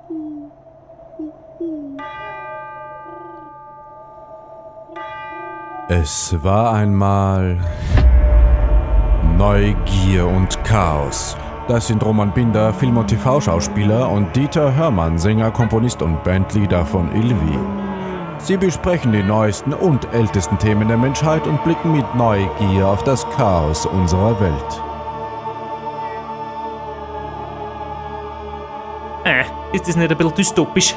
Es war einmal Neugier und Chaos. Das sind Roman Binder, Film- und TV-Schauspieler, und Dieter Hörmann, Sänger, Komponist und Bandleader von Ilvi. Sie besprechen die neuesten und ältesten Themen der Menschheit und blicken mit Neugier auf das Chaos unserer Welt. Ist das nicht ein bisschen dystopisch?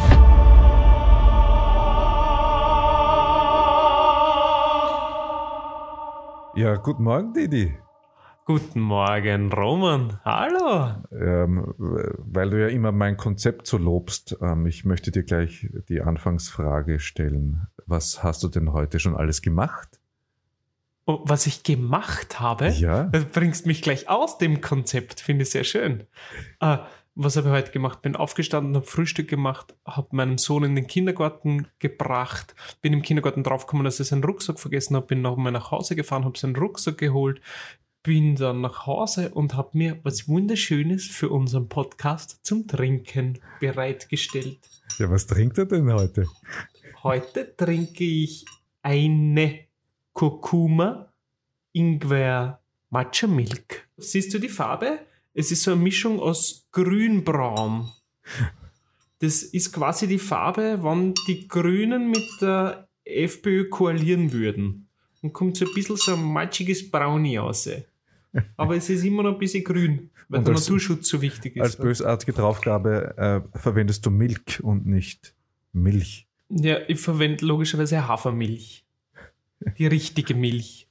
Ja, guten Morgen, Didi. Guten Morgen, Roman. Hallo. Weil du ja immer mein Konzept so lobst, ich möchte dir gleich die Anfangsfrage stellen. Was hast du denn heute schon alles gemacht? Oh, was ich gemacht habe? Ja. Du bringst mich gleich aus dem Konzept, finde ich sehr schön. Was habe ich heute gemacht? Bin aufgestanden, habe Frühstück gemacht, habe meinen Sohn in den Kindergarten gebracht, bin im Kindergarten draufgekommen, dass er seinen Rucksack vergessen hat, bin nochmal nach Hause gefahren, habe seinen Rucksack geholt, bin dann nach Hause und habe mir was Wunderschönes für unseren Podcast zum Trinken bereitgestellt. Ja, was trinkt er denn heute? Heute trinke ich eine Kurkuma Ingwer Matcha Milk. Siehst du die Farbe? Es ist so eine Mischung aus grün-braun. Das ist quasi die Farbe, wann die Grünen mit der FPÖ koalieren würden. Dann kommt so ein bisschen so ein matschiges Brownie raus. Aber es ist immer noch ein bisschen grün, weil der Naturschutz so wichtig ist. Als bösartige Draufgabe verwendest du Milk und nicht Milch. Ja, ich verwende logischerweise Hafermilch. Die richtige Milch.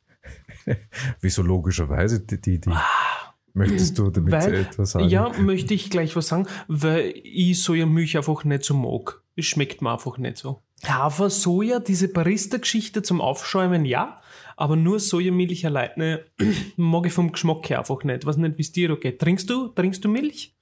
Wieso logischerweise? Möchtest du damit etwas sagen? Ja, möchte ich gleich was sagen, weil ich Sojamilch einfach nicht so mag. Es schmeckt mir einfach nicht so. Hafer, Soja, diese Barista-Geschichte zum Aufschäumen, ja, aber nur Sojamilch alleine mag ich vom Geschmack her einfach nicht. Was nicht, wie es dir da geht. Trinkst du Milch?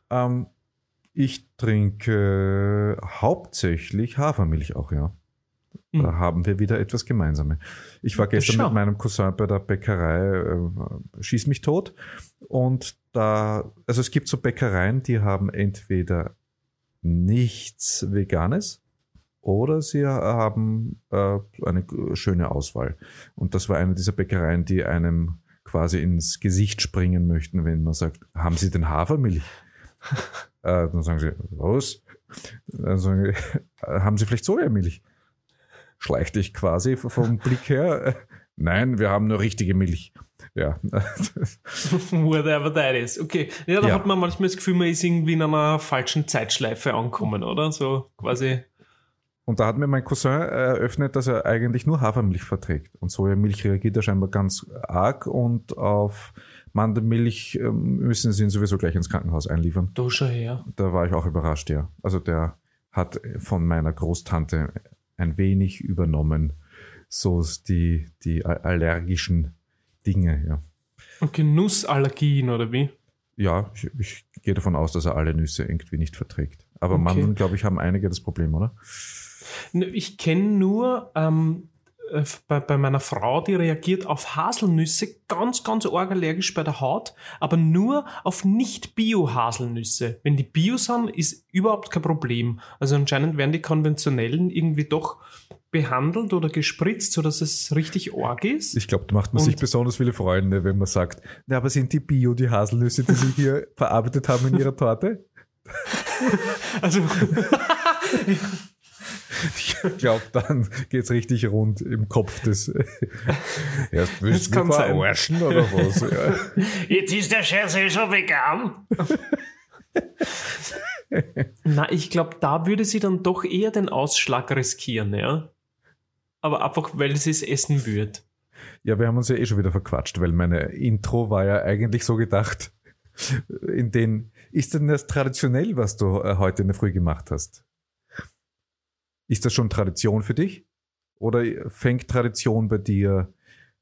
Ich trinke hauptsächlich Hafermilch auch, ja. Da haben wir wieder etwas Gemeinsames. Ich war gestern mit meinem Cousin bei der Bäckerei, schieß mich tot. Und also es gibt so Bäckereien, die haben entweder nichts Veganes oder sie haben eine schöne Auswahl. Und das war eine dieser Bäckereien, die einem quasi ins Gesicht springen möchten, wenn man sagt, haben Sie denn Hafermilch? Dann sagen sie, was? Dann sagen sie, haben Sie vielleicht Sojamilch? Schleicht dich quasi vom Blick her. Nein, wir haben nur richtige Milch. Ja. Whatever that is. Okay. Ja, da hat man manchmal das Gefühl, man ist irgendwie in einer falschen Zeitschleife angekommen, oder? So quasi. Und da hat mir mein Cousin eröffnet, dass er eigentlich nur Hafermilch verträgt. Und Sojamilch reagiert er scheinbar ganz arg, und auf Mandelmilch müssen sie ihn sowieso gleich ins Krankenhaus einliefern. Da schon her. Da war ich auch überrascht, ja. Also der hat von meiner Großtante ein wenig übernommen, so die allergischen Dinge, ja. Okay, Nussallergien oder wie? Ja, ich gehe davon aus, dass er alle Nüsse irgendwie nicht verträgt. Aber Mandeln, glaube ich, haben einige das Problem, oder? Ich kenne nur bei meiner Frau, die reagiert auf Haselnüsse ganz, ganz arg allergisch bei der Haut, aber nur auf nicht-Bio-Haselnüsse. Wenn die Bio sind, ist überhaupt kein Problem. Also anscheinend werden die konventionellen irgendwie doch behandelt oder gespritzt, sodass es richtig arg ist. Ich glaube, da macht man sich besonders viele Freunde, wenn man sagt, na, aber sind die Bio, die Haselnüsse, die Sie hier verarbeitet haben in Ihrer Torte? Also ich glaube, dann geht es richtig rund im Kopf des. Erst willst du verarschen oder was? Ja. Jetzt ist der Scheiß schon vegan. Na, ich glaube, da würde sie dann doch eher den Ausschlag riskieren, ja. Aber einfach, weil sie es essen würde. Ja, wir haben uns ja eh schon wieder verquatscht, weil meine Intro war ja eigentlich so gedacht, ist denn das traditionell, was du heute in der Früh gemacht hast? Ist das schon Tradition für dich? Oder fängt Tradition bei dir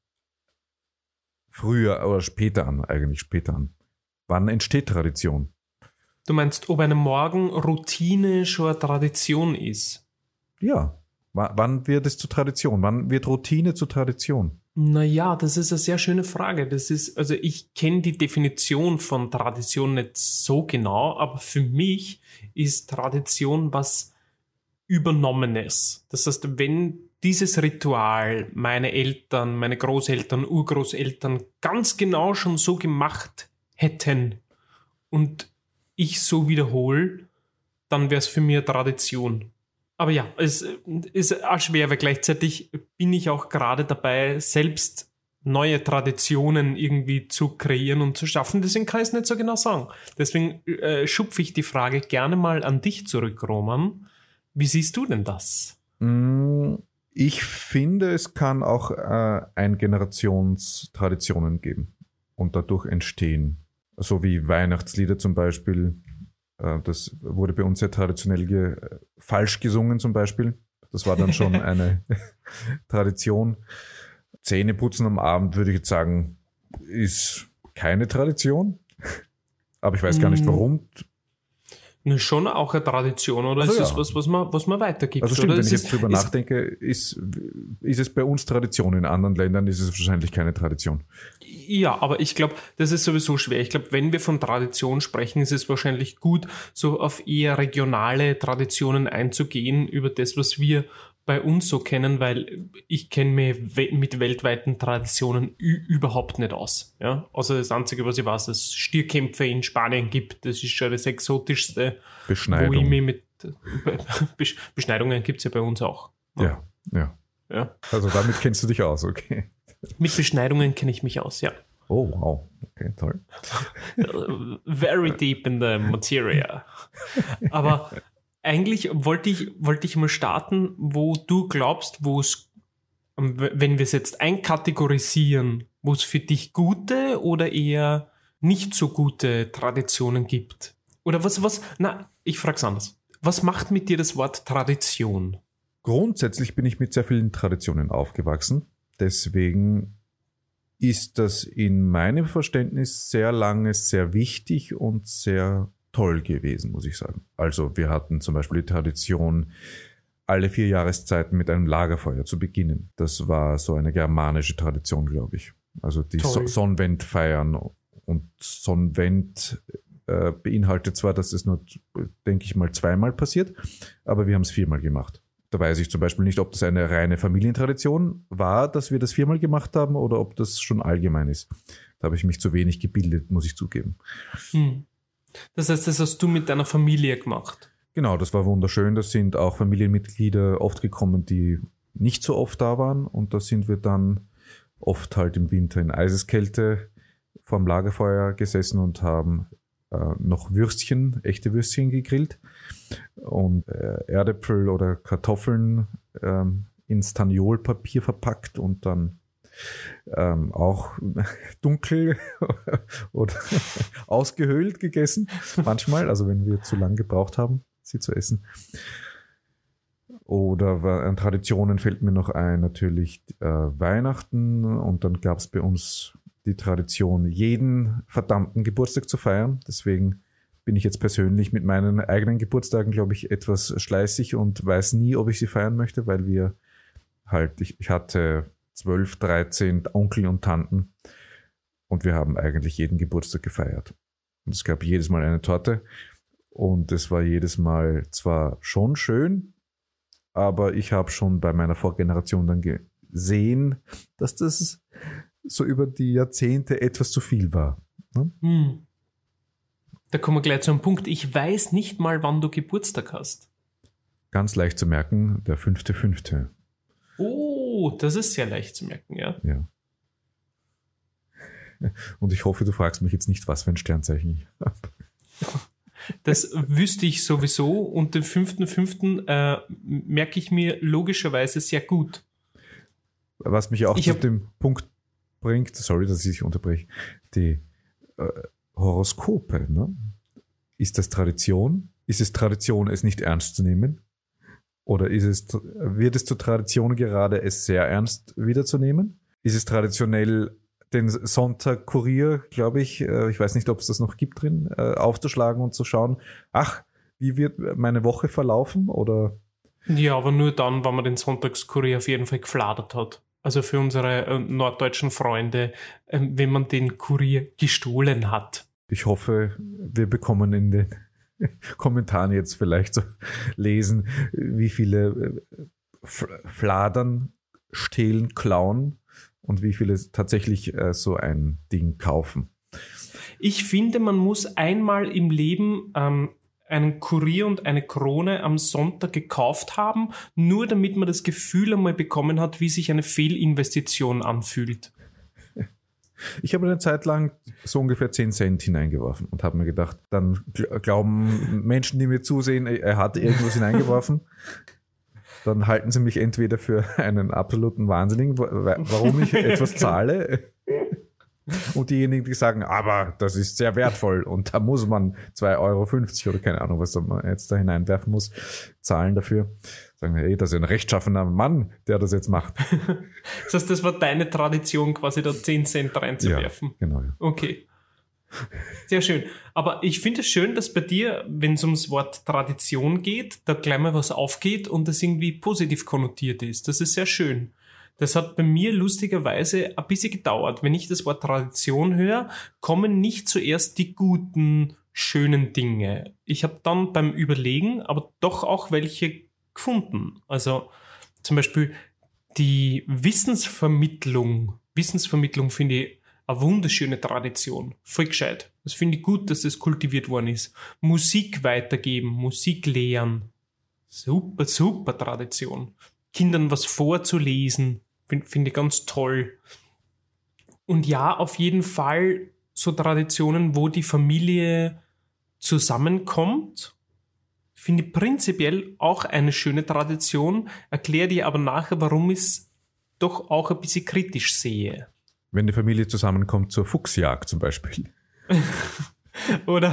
früher oder später an? Eigentlich später an. Wann entsteht Tradition? Du meinst, ob eine Morgenroutine schon eine Tradition ist? Ja. Wann wird es zur Tradition? Wann wird Routine zur Tradition? Naja, das ist eine sehr schöne Frage. Also ich kenne die Definition von Tradition nicht so genau, aber für mich ist Tradition was Übernommenes. Das heißt, wenn dieses Ritual meine Eltern, meine Großeltern, Urgroßeltern ganz genau schon so gemacht hätten und ich so wiederhole, dann wäre es für mich eine Tradition. Aber ja, es ist auch schwer, weil gleichzeitig bin ich auch gerade dabei, selbst neue Traditionen irgendwie zu kreieren und zu schaffen. Deswegen kann ich es nicht so genau sagen. Deswegen schupfe ich die Frage gerne mal an dich zurück, Roman. Wie siehst du denn das? Ich finde, es kann auch Ein-Generations-Traditionen geben und dadurch entstehen. So wie Weihnachtslieder zum Beispiel. Das wurde bei uns sehr traditionell falsch gesungen zum Beispiel. Das war dann schon eine Tradition. Zähneputzen am Abend, würde ich jetzt sagen, ist keine Tradition. Aber ich weiß gar nicht, warum. Schon auch eine Tradition, oder also ist es was man weitergibt? Also stimmt, oder? wenn ich jetzt drüber nachdenke, ist es bei uns Tradition. In anderen Ländern ist es wahrscheinlich keine Tradition. Ja, aber ich glaube, das ist sowieso schwer. Ich glaube, wenn wir von Tradition sprechen, ist es wahrscheinlich gut, so auf eher regionale Traditionen einzugehen, über das, was wir bei uns so kennen, weil ich kenne mich mit weltweiten Traditionen überhaupt nicht aus. Ja? Also das Einzige, was ich weiß, dass es Stierkämpfe in Spanien gibt. Das ist schon das Exotischste. Beschneidung. Wo ich mich mit Beschneidungen gibt es ja bei uns auch. Ja. Also damit kennst du dich aus, okay. Mit Beschneidungen kenne ich mich aus, ja. Oh, wow. Okay, toll. Very deep in the materia. Aber eigentlich wollte ich mal starten, wo du glaubst, wo es, wenn wir es jetzt einkategorisieren, wo es für dich gute oder eher nicht so gute Traditionen gibt. Oder ich frage es anders. Was macht mit dir das Wort Tradition? Grundsätzlich bin ich mit sehr vielen Traditionen aufgewachsen. Deswegen ist das in meinem Verständnis sehr lange sehr wichtig und sehr toll gewesen, muss ich sagen. Also wir hatten zum Beispiel die Tradition, alle 4 Jahreszeiten mit einem Lagerfeuer zu beginnen. Das war so eine germanische Tradition, glaube ich. Also die Sonnenwend feiern. Und Sonnenwend beinhaltet zwar, dass es nur, denke ich mal, 2-mal passiert, aber wir haben es 4-mal gemacht. Da weiß ich zum Beispiel nicht, ob das eine reine Familientradition war, dass wir das 4-mal gemacht haben oder ob das schon allgemein ist. Da habe ich mich zu wenig gebildet, muss ich zugeben. Das heißt, das hast du mit deiner Familie gemacht? Genau, das war wunderschön. Da sind auch Familienmitglieder oft gekommen, die nicht so oft da waren. Und da sind wir dann oft halt im Winter in Eiseskälte vorm Lagerfeuer gesessen und haben noch echte Würstchen gegrillt und Erdäpfel oder Kartoffeln in Staniolpapier verpackt und dann auch dunkel oder ausgehöhlt gegessen. Manchmal, also wenn wir zu lang gebraucht haben, sie zu essen. Oder an Traditionen fällt mir noch ein, natürlich Weihnachten, und dann gab es bei uns die Tradition, jeden verdammten Geburtstag zu feiern. Deswegen bin ich jetzt persönlich mit meinen eigenen Geburtstagen, glaube ich, etwas schleißig und weiß nie, ob ich sie feiern möchte, weil wir halt, ich hatte 12, 13 Onkel und Tanten und wir haben eigentlich jeden Geburtstag gefeiert. Und es gab jedes Mal eine Torte und es war jedes Mal zwar schon schön, aber ich habe schon bei meiner Vorgeneration dann gesehen, dass das so über die Jahrzehnte etwas zu viel war. Ne? Da kommen wir gleich zu einem Punkt. Ich weiß nicht mal, wann du Geburtstag hast. Ganz leicht zu merken, der 5.5. Oh, das ist sehr leicht zu merken, ja. Ja. Und ich hoffe, du fragst mich jetzt nicht, was für ein Sternzeichen ich habe. Das wüsste ich sowieso, und den 5.5. Merke ich mir logischerweise sehr gut. Was mich auch zu dem Punkt bringt, sorry, dass ich dich unterbreche, die Horoskope. Ne? Ist das Tradition? Ist es Tradition, es nicht ernst zu nehmen? Oder wird es zur Tradition gerade, es sehr ernst wiederzunehmen? Ist es traditionell, den Sonntag-Kurier, glaube ich weiß nicht, ob es das noch gibt drin, aufzuschlagen und zu schauen, wie wird meine Woche verlaufen? Oder? Ja, aber nur dann, wenn man den Sonntagskurier auf jeden Fall gefladert hat. Also für unsere norddeutschen Freunde, wenn man den Kurier gestohlen hat. Ich hoffe, wir bekommen in den Kommentaren jetzt vielleicht so lesen, wie viele Fladern stehlen, klauen und wie viele tatsächlich so ein Ding kaufen. Ich finde, man muss einmal im Leben einen Kurier und eine Krone am Sonntag gekauft haben, nur damit man das Gefühl einmal bekommen hat, wie sich eine Fehlinvestition anfühlt. Ich habe eine Zeit lang so ungefähr 10 Cent hineingeworfen und habe mir gedacht, dann glauben Menschen, die mir zusehen, er hat irgendwas hineingeworfen. Dann halten sie mich entweder für einen absoluten Wahnsinnigen, warum ich etwas zahle. Und diejenigen, die sagen, aber das ist sehr wertvoll und da muss man 2,50 € oder keine Ahnung, was man jetzt da hineinwerfen muss, zahlen dafür. Sagen, hey, das ist ein rechtschaffener Mann, der das jetzt macht. Das heißt, das war deine Tradition, quasi da 10 Cent reinzuwerfen? Ja, genau. Ja. Okay. Sehr schön. Aber ich finde es schön, dass bei dir, wenn es ums Wort Tradition geht, da gleich mal was aufgeht und das irgendwie positiv konnotiert ist. Das ist sehr schön. Das hat bei mir lustigerweise ein bisschen gedauert. Wenn ich das Wort Tradition höre, kommen nicht zuerst die guten, schönen Dinge. Ich habe dann beim Überlegen aber doch auch welche gefunden. Also zum Beispiel die Wissensvermittlung. Wissensvermittlung finde ich eine wunderschöne Tradition. Voll gescheit. Das finde ich gut, dass das kultiviert worden ist. Musik weitergeben, Musik lehren. Super, super Tradition. Kindern was vorzulesen, finde ich ganz toll. Und ja, auf jeden Fall so Traditionen, wo die Familie zusammenkommt, finde ich prinzipiell auch eine schöne Tradition, erkläre dir aber nachher, warum ich es doch auch ein bisschen kritisch sehe. Wenn die Familie zusammenkommt zur Fuchsjagd zum Beispiel. oder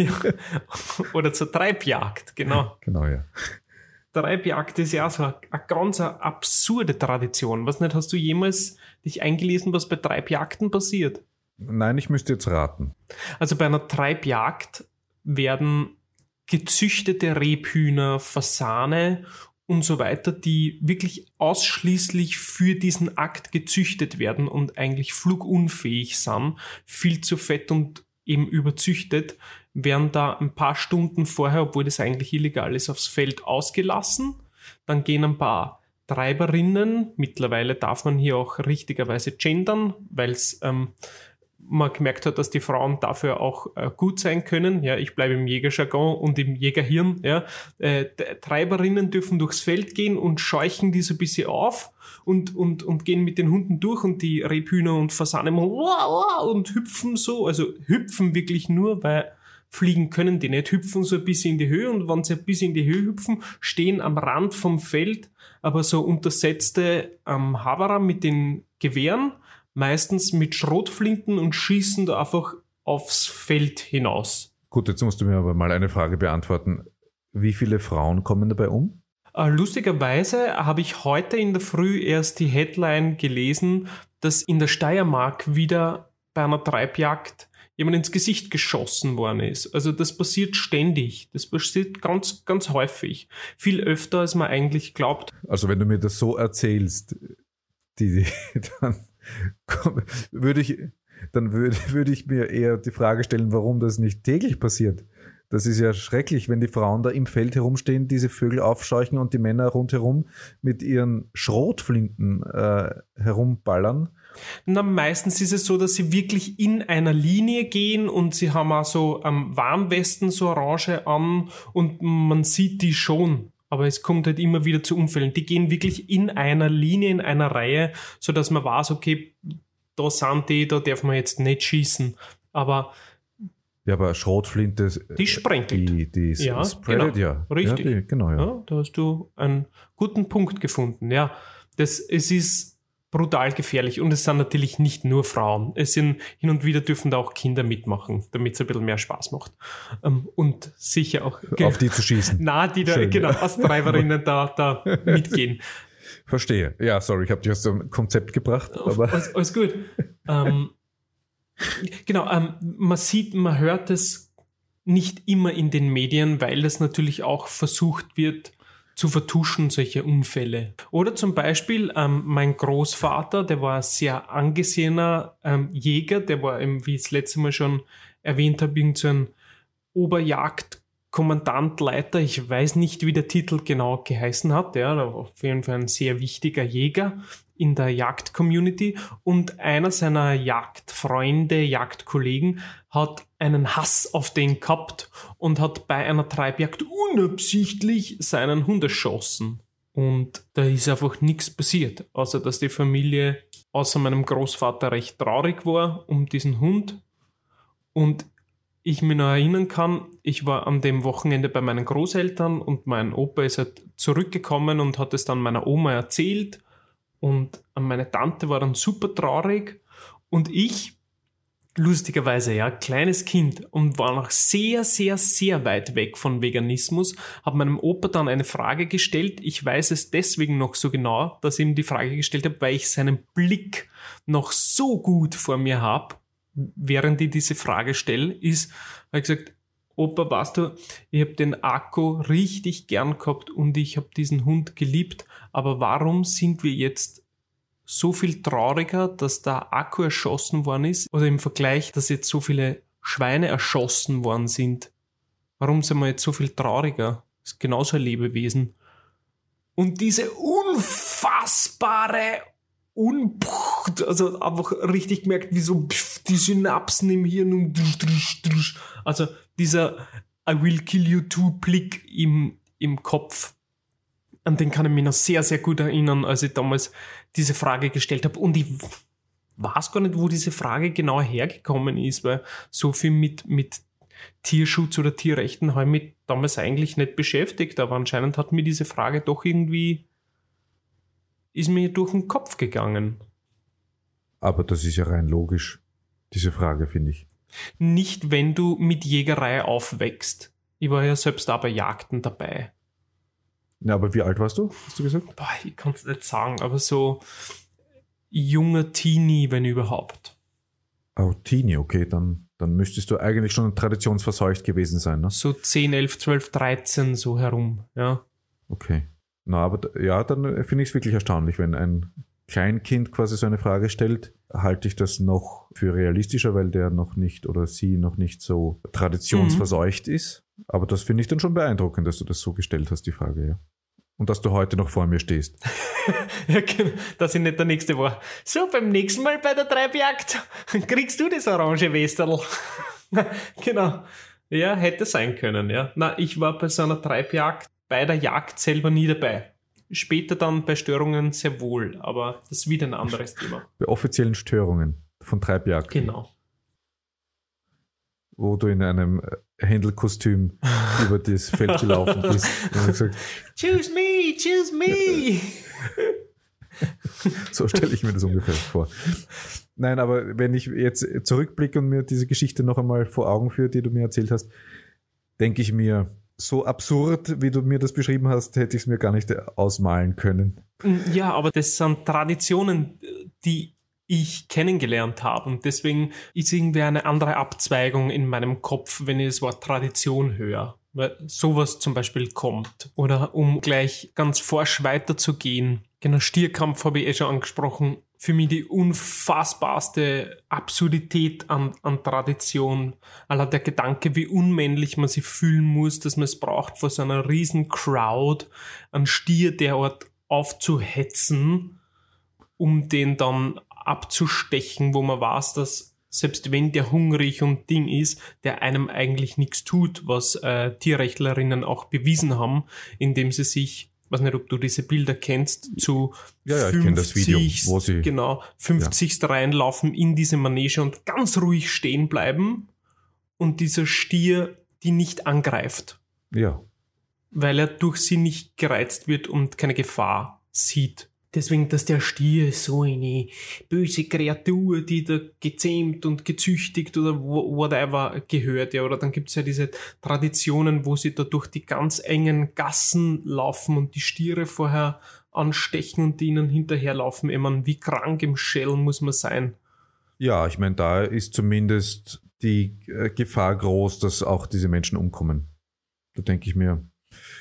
zur Treibjagd, genau. Genau, ja. Treibjagd ist ja auch so eine ganz absurde Tradition. Was nicht, hast du jemals dich eingelesen, was bei Treibjagden passiert? Nein, ich müsste jetzt raten. Also bei einer Treibjagd werden gezüchtete Rebhühner, Fasane und so weiter, die wirklich ausschließlich für diesen Akt gezüchtet werden und eigentlich flugunfähig sind, viel zu fett und eben überzüchtet, werden da ein paar Stunden vorher, obwohl das eigentlich illegal ist, aufs Feld ausgelassen. Dann gehen ein paar Treiberinnen, mittlerweile darf man hier auch richtigerweise gendern, weil es man gemerkt hat, dass die Frauen dafür auch gut sein können. Ja, ich bleibe im Jägerjargon und im Jägerhirn. Ja. Treiberinnen dürfen durchs Feld gehen und scheuchen die so ein bisschen auf und gehen mit den Hunden durch und die Rebhühner und Fasane und hüpfen so. Also hüpfen wirklich nur, weil fliegen können die nicht, hüpfen so ein bisschen in die Höhe und wenn sie ein bisschen in die Höhe hüpfen, stehen am Rand vom Feld aber so untersetzte Haverer mit den Gewehren, meistens mit Schrotflinten und schießen da einfach aufs Feld hinaus. Gut, jetzt musst du mir aber mal eine Frage beantworten. Wie viele Frauen kommen dabei um? Lustigerweise habe ich heute in der Früh erst die Headline gelesen, dass in der Steiermark wieder bei einer Treibjagd jemand ins Gesicht geschossen worden ist. Also das passiert ständig. Das passiert ganz, ganz häufig. Viel öfter, als man eigentlich glaubt. Also wenn du mir das so erzählst, dann würde ich mir eher die Frage stellen, warum das nicht täglich passiert. Das ist ja schrecklich, wenn die Frauen da im Feld herumstehen, diese Vögel aufscheuchen und die Männer rundherum mit ihren Schrotflinten herumballern. Na, meistens ist es so, dass sie wirklich in einer Linie gehen und sie haben auch so Warnwesten, so orange an und man sieht die schon. Aber es kommt halt immer wieder zu Unfällen. Die gehen wirklich in einer Linie, in einer Reihe, sodass man weiß, okay, da sind die, da darf man jetzt nicht schießen. Aber Schrotflinte, die sprenkelt. Die ja, spreadet, genau. ja. Richtig. Ja, genau, ja. Ja, da hast du einen guten Punkt gefunden. Ja, es ist brutal gefährlich und es sind natürlich nicht nur Frauen. Es sind hin und wieder dürfen da auch Kinder mitmachen, damit es ein bisschen mehr Spaß macht. Und sicher auch auf die zu schießen. Na, die da, schön, genau, als Treiberinnen da mitgehen. Verstehe. Ja, sorry, ich habe dich aus dem Konzept gebracht. Aber alles gut. Genau, man hört es nicht immer in den Medien, weil das natürlich auch versucht wird zu vertuschen, solche Unfälle. Oder zum Beispiel mein Großvater, der war ein sehr angesehener Jäger, der war, wie ich das letzte Mal schon erwähnt habe, irgend so ein Oberjagdkommandant, Leiter, ich weiß nicht, wie der Titel genau geheißen hat, ja, der war auf jeden Fall ein sehr wichtiger Jäger in der Jagd-Community, und einer seiner Jagdfreunde, Jagdkollegen hat einen Hass auf den gehabt und hat bei einer Treibjagd unabsichtlich seinen Hund erschossen. Und da ist einfach nichts passiert, außer dass die Familie außer meinem Großvater recht traurig war um diesen Hund. Und ich mich noch erinnern kann, ich war an dem Wochenende bei meinen Großeltern und mein Opa ist halt zurückgekommen und hat es dann meiner Oma erzählt. Und meine Tante war dann super traurig und ich, lustigerweise, ja, kleines Kind und war noch sehr, sehr, sehr weit weg von Veganismus, habe meinem Opa dann eine Frage gestellt. Ich weiß es deswegen noch so genau, dass ich ihm die Frage gestellt habe, weil ich seinen Blick noch so gut vor mir habe, während ich diese Frage stelle, habe ich gesagt, Opa, weißt du, ich habe den Akku richtig gern gehabt und ich habe diesen Hund geliebt, aber warum sind wir jetzt so viel trauriger, dass der Akku erschossen worden ist, oder im Vergleich, dass jetzt so viele Schweine erschossen worden sind? Warum sind wir jetzt so viel trauriger? Das ist genauso ein Lebewesen. Und diese unfassbare also einfach richtig gemerkt, wie so die Synapsen im Hirn also dieser I will kill you too Blick im Kopf, an den kann ich mich noch sehr, sehr gut erinnern, als ich damals diese Frage gestellt habe, und ich weiß gar nicht, wo diese Frage genau hergekommen ist, weil so viel mit Tierschutz oder Tierrechten habe ich mich damals eigentlich nicht beschäftigt, aber anscheinend hat mir diese Frage doch irgendwie ist mir durch den Kopf gegangen. Aber das ist ja rein logisch, diese Frage, finde ich. Nicht, wenn du mit Jägerei aufwächst. Ich war ja selbst auch bei Jagden dabei. Ja, aber wie alt warst du, hast du gesagt? Boah, ich kann es nicht sagen, aber so junger Teenie, wenn überhaupt. Oh, Teenie, okay, dann müsstest du eigentlich schon traditionsverseucht gewesen sein, ne? So 10, 11, 12, 13 so herum, ja. Okay. Na, aber ja, dann finde ich es wirklich erstaunlich, wenn ein Kleinkind quasi so eine Frage stellt, halte ich das noch für realistischer, weil der noch nicht oder sie noch nicht so traditionsverseucht ist. Aber das finde ich dann schon beeindruckend, dass du das so gestellt hast, die Frage, ja. Und dass du heute noch vor mir stehst. Ja, genau, dass ich nicht der Nächste war. So, beim nächsten Mal bei der Treibjagd kriegst du das orange Westerl. Genau. Ja, hätte sein können, ja. Na, ich war bei so einer Treibjagd bei der Jagd selber nie dabei. Später dann bei Störungen sehr wohl, aber das ist wieder ein anderes Thema. Bei offiziellen Störungen von Treibjagden. Genau. Wo du in einem Händelkostüm über das Feld gelaufen bist und gesagt, choose me! So stelle ich mir das ungefähr vor. Nein, aber wenn ich jetzt zurückblicke und mir diese Geschichte noch einmal vor Augen führe, die du mir erzählt hast, denke ich mir, so absurd, wie du mir das beschrieben hast, hätte ich es mir gar nicht ausmalen können. Ja, aber das sind Traditionen, die ich kennengelernt habe. Und deswegen ist irgendwie eine andere Abzweigung in meinem Kopf, wenn ich das Wort Tradition höre. Weil sowas zum Beispiel kommt. Oder um gleich ganz forsch weiterzugehen. Genau, Stierkampf habe ich schon angesprochen. Für mich die unfassbarste Absurdität an Tradition. Allein der Gedanke, wie unmännlich man sich fühlen muss, dass man es braucht, vor so einer riesen Crowd einen Stier derart aufzuhetzen, um den dann abzustechen, wo man weiß, dass selbst wenn der hungrig und Ding ist, der einem eigentlich nichts tut, was Tierrechtlerinnen auch bewiesen haben, indem sie sich, weiß nicht, ob du diese Bilder kennst, zu 50, ich kenne das Video, wo sie 50 reinlaufen in diese Manege und ganz ruhig stehen bleiben und dieser Stier die nicht angreift. Ja. Weil er durch sie nicht gereizt wird und keine Gefahr sieht. Deswegen, dass der Stier so eine böse Kreatur, die da gezähmt und gezüchtigt oder whatever gehört, ja. Oder dann gibt's ja diese Traditionen, wo sie da durch die ganz engen Gassen laufen und die Stiere vorher anstechen und die ihnen hinterherlaufen. Ich meine, wie krank im Schädel muss man sein? Ja, ich meine, da ist zumindest die Gefahr groß, dass auch diese Menschen umkommen. Da denke ich mir,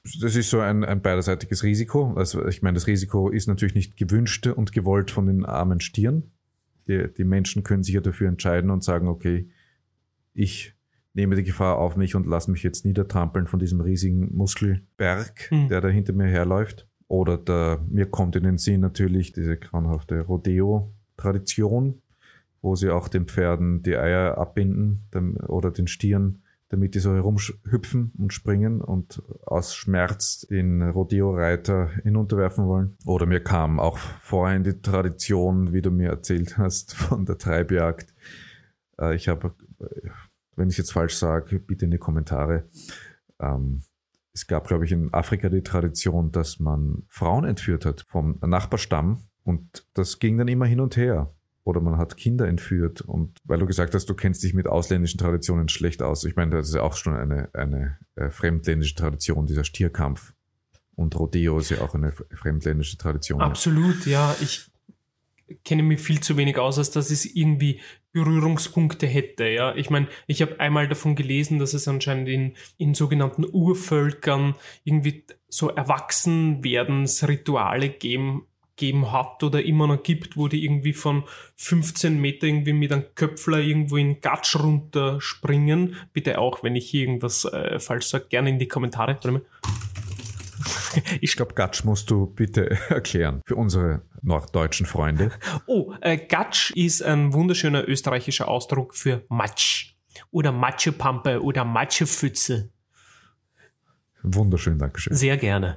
Das ist so ein beiderseitiges Risiko. Also ich meine, das Risiko ist natürlich nicht gewünscht und gewollt von den armen Stieren. Die Menschen können sich ja dafür entscheiden und sagen, okay, ich nehme die Gefahr auf mich und lasse mich jetzt niedertrampeln von diesem riesigen Muskelberg, der da hinter mir herläuft. Oder mir kommt in den Sinn natürlich diese grauenhafte Rodeo-Tradition, wo sie auch den Pferden die Eier abbinden oder den Stieren, damit die so herumhüpfen und springen und aus Schmerz den Rodeo-Reiter hinunterwerfen wollen. Oder mir kam auch vorhin die Tradition, wie du mir erzählt hast, von der Treibjagd. Ich habe, wenn ich jetzt falsch sage, bitte in die Kommentare. Es gab, glaube ich, in Afrika die Tradition, dass man Frauen entführt hat vom Nachbarstamm und das ging dann immer hin und her. Oder man hat Kinder entführt und weil du gesagt hast, du kennst dich mit ausländischen Traditionen schlecht aus. Ich meine, das ist ja auch schon eine fremdländische Tradition, dieser Stierkampf. Und Rodeo ist ja auch eine fremdländische Tradition. Absolut, ja. Ich kenne mich viel zu wenig aus, als dass es irgendwie Berührungspunkte hätte. Ja, ich meine, ich habe einmal davon gelesen, dass es anscheinend in sogenannten Urvölkern irgendwie so Erwachsenwerdensrituale gegeben hat oder immer noch gibt, wo die irgendwie von 15 Meter irgendwie mit einem Köpfler irgendwo in Gatsch runterspringen. Bitte auch, wenn ich hier irgendwas falsch sage, gerne in die Kommentare. Ich glaube, Gatsch musst du bitte erklären für unsere norddeutschen Freunde. Gatsch ist ein wunderschöner österreichischer Ausdruck für Matsch oder Matschepampe oder Matschepfütze. Wunderschön, Dankeschön. Sehr gerne.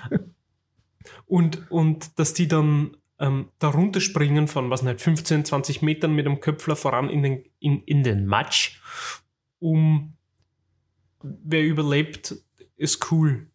Und dass die dann da runterspringen von, 15, 20 Metern mit dem Köpfler voran in den Matsch. Wer überlebt, ist cool.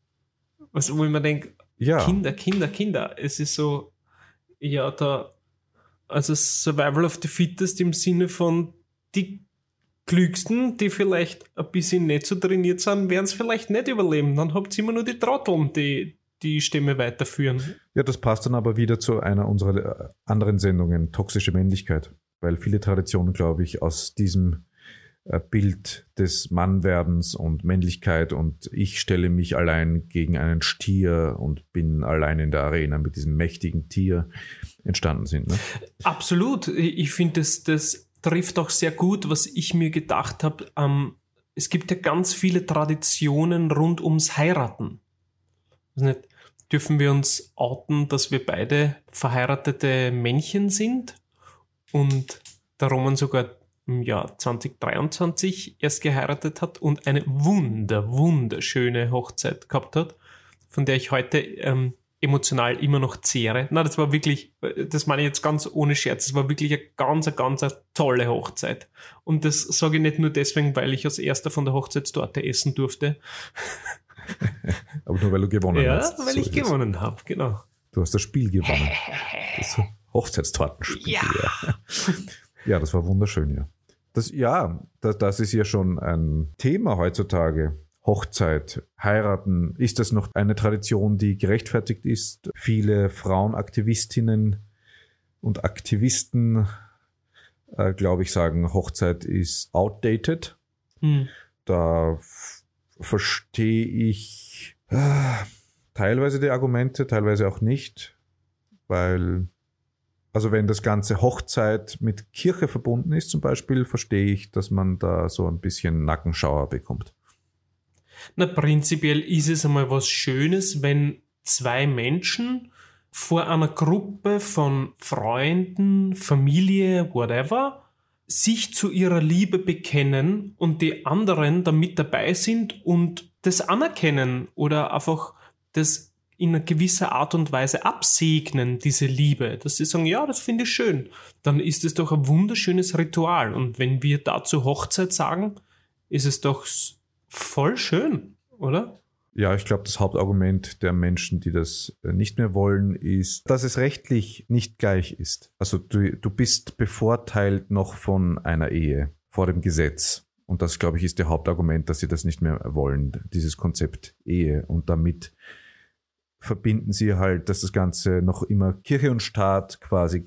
Wo ich mir denke, ja. Kinder. Es ist so, ja, also Survival of the Fittest im Sinne von die Klügsten, die vielleicht ein bisschen nicht so trainiert sind, werden es vielleicht nicht überleben. Dann habt ihr immer nur die Trotteln, die Stämme weiterführen. Ja, das passt dann aber wieder zu einer unserer anderen Sendungen, toxische Männlichkeit. Weil viele Traditionen, glaube ich, aus diesem Bild des Mannwerdens und Männlichkeit und ich stelle mich allein gegen einen Stier und bin allein in der Arena mit diesem mächtigen Tier entstanden sind. Ne? Absolut. Ich finde, das trifft auch sehr gut, was ich mir gedacht habe. Es gibt ja ganz viele Traditionen rund ums Heiraten. Nicht, dürfen wir uns outen, dass wir beide verheiratete Männchen sind und der Roman sogar im Jahr 2023 erst geheiratet hat und eine wunderschöne Hochzeit gehabt hat, von der ich heute emotional immer noch zehre. Na, das war wirklich, das meine ich jetzt ganz ohne Scherz, das war wirklich eine ganz tolle Hochzeit. Und das sage ich nicht nur deswegen, weil ich als erster von der Hochzeitstorte essen durfte. Aber nur weil du gewonnen hast. Ja, weil ich gewonnen habe, genau. Du hast das Spiel gewonnen. Das Hochzeitstortenspiel. Ja. Ja, das war wunderschön, ja. Das ist ja schon ein Thema heutzutage. Hochzeit, heiraten. Ist das noch eine Tradition, die gerechtfertigt ist? Viele Frauenaktivistinnen und Aktivisten, glaube ich, sagen, Hochzeit ist outdated. Da verstehe ich teilweise die Argumente, teilweise auch nicht, weil, also wenn das ganze Hochzeit mit Kirche verbunden ist zum Beispiel, verstehe ich, dass man da so ein bisschen Nackenschauer bekommt. Na, prinzipiell ist es einmal was Schönes, wenn zwei Menschen vor einer Gruppe von Freunden, Familie, whatever, sich zu ihrer Liebe bekennen und die anderen da mit dabei sind und das anerkennen oder einfach das in einer gewissen Art und Weise absegnen, diese Liebe. Dass sie sagen, ja, das finde ich schön. Dann ist es doch ein wunderschönes Ritual. Und wenn wir dazu Hochzeit sagen, ist es doch voll schön, oder? Ja, ich glaube, das Hauptargument der Menschen, die das nicht mehr wollen, ist, dass es rechtlich nicht gleich ist. Also du bist bevorteilt noch von einer Ehe vor dem Gesetz. Und das, glaube ich, ist der Hauptargument, dass sie das nicht mehr wollen, dieses Konzept Ehe. Und damit verbinden sie halt, dass das Ganze noch immer Kirche und Staat quasi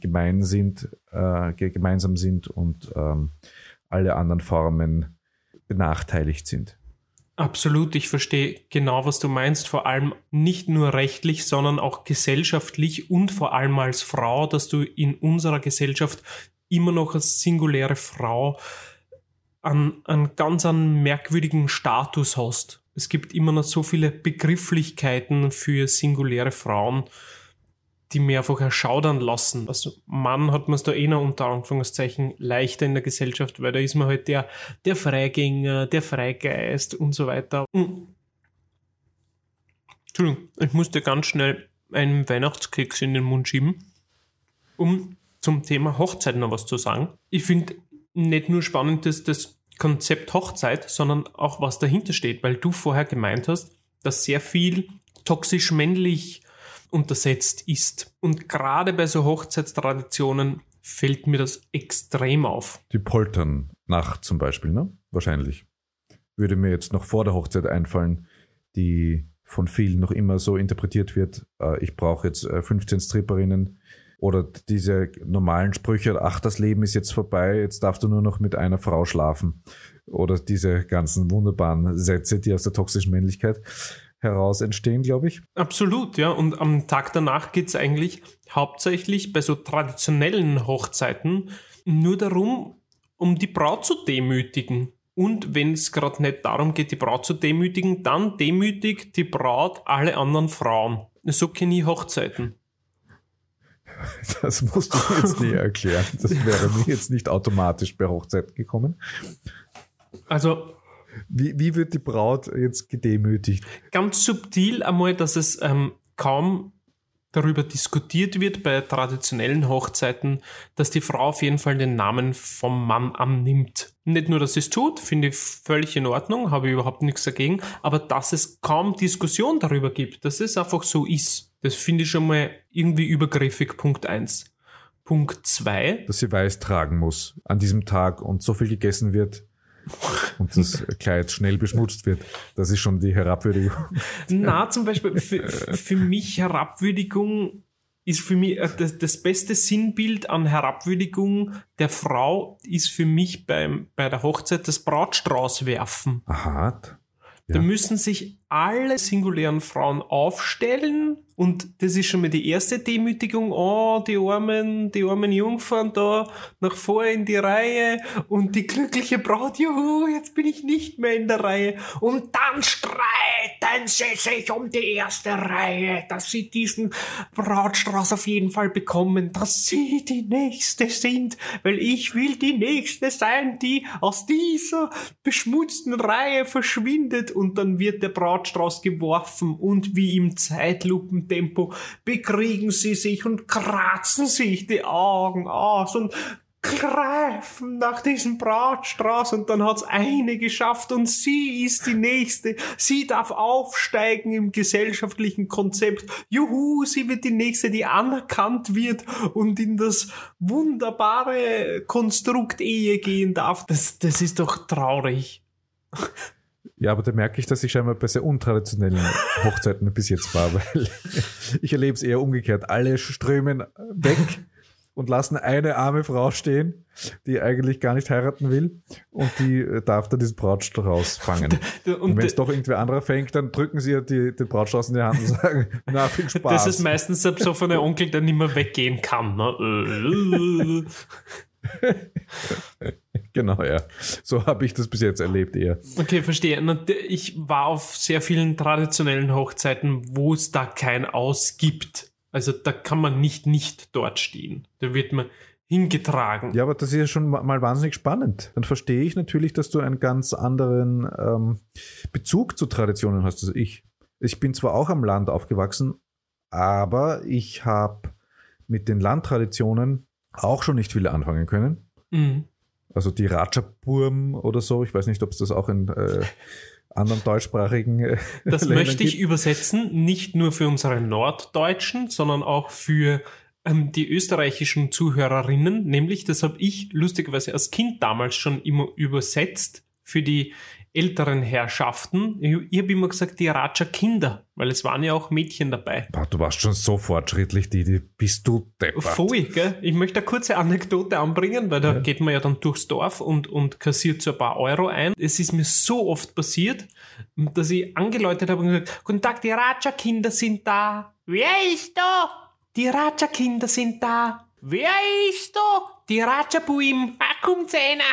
gemeinsam sind und alle anderen Formen benachteiligt sind. Absolut, ich verstehe genau, was du meinst, vor allem nicht nur rechtlich, sondern auch gesellschaftlich und vor allem als Frau, dass du in unserer Gesellschaft immer noch als singuläre Frau einen ganz merkwürdigen Status hast. Es gibt immer noch so viele Begrifflichkeiten für singuläre Frauen, die mir einfach erschaudern lassen. Also Mann hat man es da noch unter Anführungszeichen leichter in der Gesellschaft, weil da ist man halt der Freigänger, der Freigeist und so weiter. Entschuldigung, ich musste ganz schnell einen Weihnachtskeks in den Mund schieben, um zum Thema Hochzeit noch was zu sagen. Ich finde nicht nur spannend, dass das Konzept Hochzeit, sondern auch was dahinter steht, weil du vorher gemeint hast, dass sehr viel toxisch männlich untersetzt ist. Und gerade bei so Hochzeitstraditionen fällt mir das extrem auf. Die Polternnacht zum Beispiel, ne? Wahrscheinlich. Würde mir jetzt noch vor der Hochzeit einfallen, die von vielen noch immer so interpretiert wird, ich brauche jetzt 15 Stripperinnen oder diese normalen Sprüche, ach, das Leben ist jetzt vorbei, jetzt darfst du nur noch mit einer Frau schlafen. Oder diese ganzen wunderbaren Sätze, die aus der toxischen Männlichkeit heraus entstehen, glaube ich. Absolut, ja. Und am Tag danach geht es eigentlich hauptsächlich bei so traditionellen Hochzeiten nur darum, um die Braut zu demütigen. Und wenn es gerade nicht darum geht, die Braut zu demütigen, dann demütigt die Braut alle anderen Frauen. So kenne ich Hochzeiten. Das musst du mir jetzt nie erklären. Das wäre mir jetzt nicht automatisch bei Hochzeiten gekommen. Also Wie wird die Braut jetzt gedemütigt? ganz subtil einmal, dass es kaum darüber diskutiert wird bei traditionellen Hochzeiten, dass die Frau auf jeden Fall den Namen vom Mann annimmt. Nicht nur, dass sie es tut, finde ich völlig in Ordnung, habe ich überhaupt nichts dagegen, aber dass es kaum Diskussion darüber gibt, dass es einfach so ist, das finde ich schon mal irgendwie übergriffig, Punkt 1. Punkt 2. Dass sie weiß tragen muss an diesem Tag und so viel gegessen wird und das Kleid schnell beschmutzt wird. Das ist schon die Herabwürdigung. Na, zum Beispiel für mich Herabwürdigung ist für mich das beste Sinnbild an Herabwürdigung der Frau ist für mich bei der Hochzeit das Brautstrauß werfen. Aha. Ja. Da müssen sich alle singulären Frauen aufstellen und das ist schon mal die erste Demütigung. Oh, die armen Jungfern da nach vor in die Reihe und die glückliche Braut, juhu, jetzt bin ich nicht mehr in der Reihe. Und dann streiten sie sich um die erste Reihe, dass sie diesen Brautstrauß auf jeden Fall bekommen, dass sie die Nächste sind, weil ich will die Nächste sein, die aus dieser beschmutzten Reihe verschwindet und dann wird der Brautstrauß geworfen und wie im Zeitlupentempo bekriegen sie sich und kratzen sich die Augen aus und greifen nach diesem Brautstrauß und dann hat's eine geschafft und sie ist die Nächste. Sie darf aufsteigen im gesellschaftlichen Konzept. Juhu, sie wird die Nächste, die anerkannt wird und in das wunderbare Konstrukt Ehe gehen darf. Das ist doch traurig. Ja, aber da merke ich, dass ich scheinbar bei sehr untraditionellen Hochzeiten bis jetzt war, weil ich erlebe es eher umgekehrt. Alle strömen weg und lassen eine arme Frau stehen, die eigentlich gar nicht heiraten will und die darf dann diesen Brautstrauß fangen. Und wenn es doch irgendwer anderer fängt, dann drücken sie ihr den Brautstrauß in die Hand und sagen, na, viel Spaß. Das ist meistens der besoffene Onkel, der nicht mehr weggehen kann. Ne? Genau, ja. So habe ich das bis jetzt erlebt eher. Okay, verstehe. Ich war auf sehr vielen traditionellen Hochzeiten, wo es da kein Aus gibt. Also da kann man nicht dort stehen. Da wird man hingetragen. Ja, aber das ist ja schon mal wahnsinnig spannend. Dann verstehe ich natürlich, dass du einen ganz anderen Bezug zu Traditionen hast als ich. Ich bin zwar auch am Land aufgewachsen, aber ich habe mit den Landtraditionen auch schon nicht viel anfangen können. Mhm. Also die Rajaburm oder so, ich weiß nicht, ob es das auch in anderen deutschsprachigen Das Ländern möchte ich gibt. Übersetzen, nicht nur für unsere Norddeutschen, sondern auch für die österreichischen Zuhörerinnen. Nämlich, das habe ich lustigerweise als Kind damals schon immer übersetzt für die älteren Herrschaften. Ich habe immer gesagt, die Raja-Kinder, weil es waren ja auch Mädchen dabei. Boah, du warst schon so fortschrittlich, die bist du deppert. Voll, gell? Ich möchte eine kurze Anekdote anbringen, weil da geht man ja dann durchs Dorf und kassiert so ein paar Euro ein. Es ist mir so oft passiert, dass ich angeläutet habe und gesagt, guten Tag, die Raja-Kinder sind da. Wer ist da? Die Raja-Kinder sind da. Wer ist da? Die Raja-Buim. Kommt einer.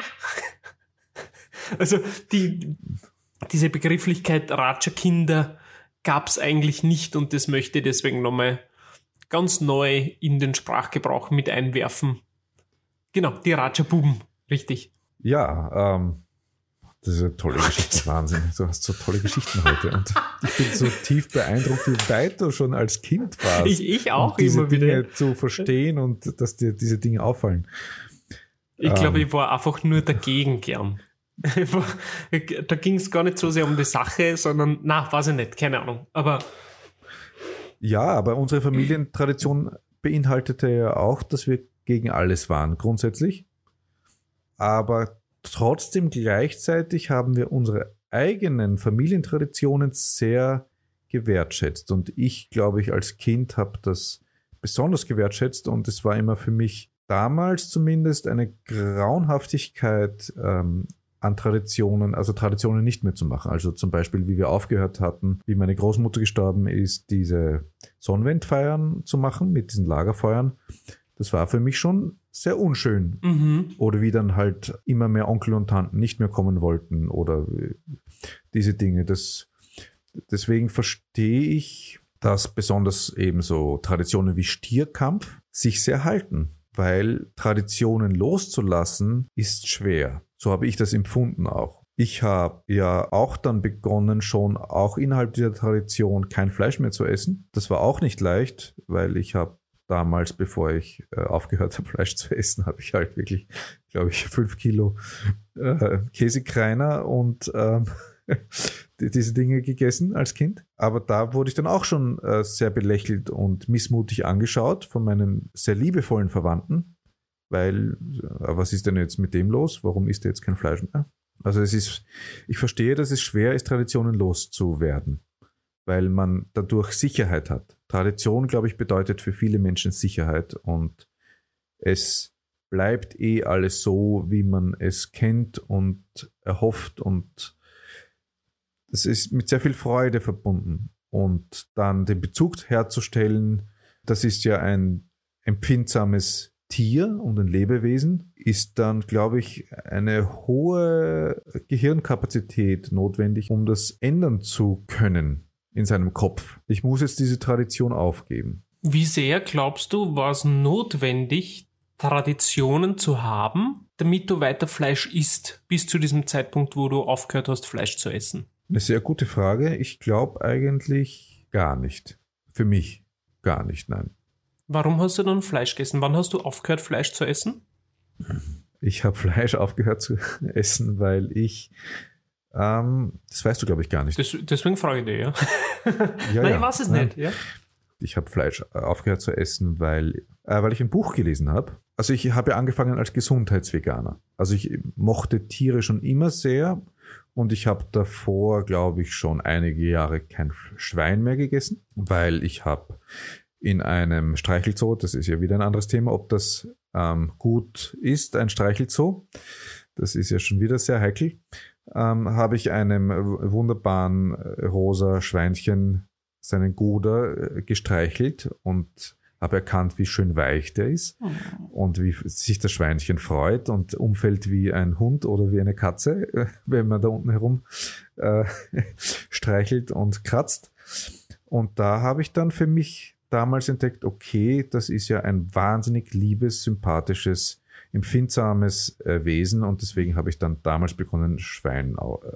Also diese Begrifflichkeit Raja-Kinder gab es eigentlich nicht und das möchte ich deswegen nochmal ganz neu in den Sprachgebrauch mit einwerfen. Genau, die Raja-Buben, richtig. Ja, das ist eine tolle Geschichte, Wahnsinn. Du hast so tolle Geschichten heute und ich bin so tief beeindruckt, wie weit du schon als Kind warst. Ich auch um diese immer wieder. Dinge zu verstehen und dass dir diese Dinge auffallen. Ich glaube, ich war einfach nur dagegen gern. Da ging es gar nicht so sehr um die Sache, sondern, weiß ich nicht, keine Ahnung. Aber unsere Familientradition beinhaltete ja auch, dass wir gegen alles waren, grundsätzlich. Aber trotzdem gleichzeitig haben wir unsere eigenen Familientraditionen sehr gewertschätzt. Und ich, glaube ich, als Kind habe das besonders gewertschätzt und es war immer für mich damals zumindest eine Grauenhaftigkeit an Traditionen, also Traditionen nicht mehr zu machen. Also zum Beispiel, wie wir aufgehört hatten, wie meine Großmutter gestorben ist, diese Sonnenwendfeiern zu machen mit diesen Lagerfeuern. Das war für mich schon sehr unschön. Mhm. Oder wie dann halt immer mehr Onkel und Tanten nicht mehr kommen wollten oder diese Dinge. Deswegen verstehe ich, dass besonders eben so Traditionen wie Stierkampf sich sehr halten, weil Traditionen loszulassen ist schwer. So habe ich das empfunden auch. Ich habe ja auch dann begonnen, schon auch innerhalb dieser Tradition kein Fleisch mehr zu essen. Das war auch nicht leicht, weil ich habe damals, bevor ich aufgehört habe, Fleisch zu essen, habe ich halt wirklich, glaube ich, 5 Kilo Käsekreiner und diese Dinge gegessen als Kind. Aber da wurde ich dann auch schon sehr belächelt und missmutig angeschaut von meinen sehr liebevollen Verwandten, weil, was ist denn jetzt mit dem los? Warum isst er jetzt kein Fleisch mehr? Also ich verstehe, dass es schwer ist, Traditionen loszuwerden, weil man dadurch Sicherheit hat. Tradition, glaube ich, bedeutet für viele Menschen Sicherheit und es bleibt alles so, wie man es kennt und erhofft und es ist mit sehr viel Freude verbunden. Und dann den Bezug herzustellen, das ist ja ein empfindsames Tier und ein Lebewesen, ist dann, glaube ich, eine hohe Gehirnkapazität notwendig, um das ändern zu können in seinem Kopf. Ich muss jetzt diese Tradition aufgeben. Wie sehr, glaubst du, war es notwendig, Traditionen zu haben, damit du weiter Fleisch isst, bis zu diesem Zeitpunkt, wo du aufgehört hast, Fleisch zu essen? Eine sehr gute Frage. Ich glaube eigentlich gar nicht. Für mich gar nicht, nein. Warum hast du dann Fleisch gegessen? Wann hast du aufgehört, Fleisch zu essen? Ich habe Fleisch aufgehört zu essen, weil ich, das weißt du, glaube ich, gar nicht. Deswegen frage ich dich, ja. Nein, ich weiß es nicht. Ja. Ich habe Fleisch aufgehört zu essen, weil ich ein Buch gelesen habe. Also ich habe ja angefangen als Gesundheitsveganer. Also ich mochte Tiere schon immer sehr und ich habe davor, glaube ich, schon einige Jahre kein Schwein mehr gegessen, weil ich habe in einem Streichelzoo, das ist ja wieder ein anderes Thema, ob das gut ist, ein Streichelzoo, das ist ja schon wieder sehr heikel, habe ich einem wunderbaren rosa Schweinchen seinen Guder gestreichelt und habe erkannt, wie schön weich der ist und wie sich das Schweinchen freut und umfällt wie ein Hund oder wie eine Katze, wenn man da unten herum streichelt und kratzt. Und da habe ich dann für mich damals entdeckt, okay, das ist ja ein wahnsinnig liebes, sympathisches, empfindsames Wesen und deswegen habe ich dann damals begonnen, Schwein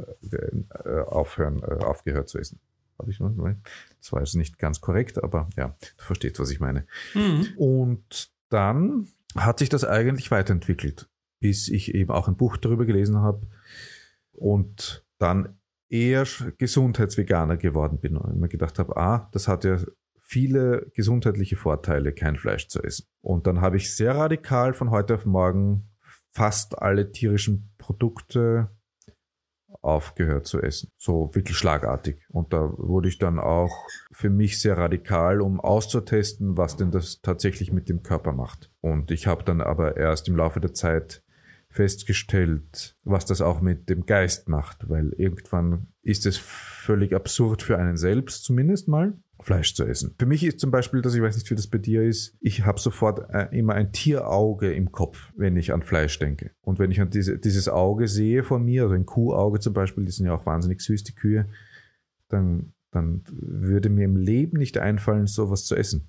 aufgehört zu essen. Das war jetzt nicht ganz korrekt, aber ja, du verstehst, was ich meine. Mhm. Und dann hat sich das eigentlich weiterentwickelt, bis ich eben auch ein Buch darüber gelesen habe und dann eher Gesundheitsveganer geworden bin und mir gedacht habe, das hat ja viele gesundheitliche Vorteile, kein Fleisch zu essen. Und dann habe ich sehr radikal von heute auf morgen fast alle tierischen Produkte aufgehört zu essen. So wirklich schlagartig. Und da wurde ich dann auch für mich sehr radikal, um auszutesten, was denn das tatsächlich mit dem Körper macht. Und ich habe dann aber erst im Laufe der Zeit festgestellt, was das auch mit dem Geist macht, weil irgendwann ist es völlig absurd für einen selbst zumindest mal, Fleisch zu essen. Für mich ist zum Beispiel, dass ich weiß nicht, wie das bei dir ist, ich habe sofort immer ein Tierauge im Kopf, wenn ich an Fleisch denke. Und wenn ich an dieses Auge sehe von mir, also ein Kuhauge zum Beispiel, die sind ja auch wahnsinnig süß, die Kühe, dann würde mir im Leben nicht einfallen, sowas zu essen.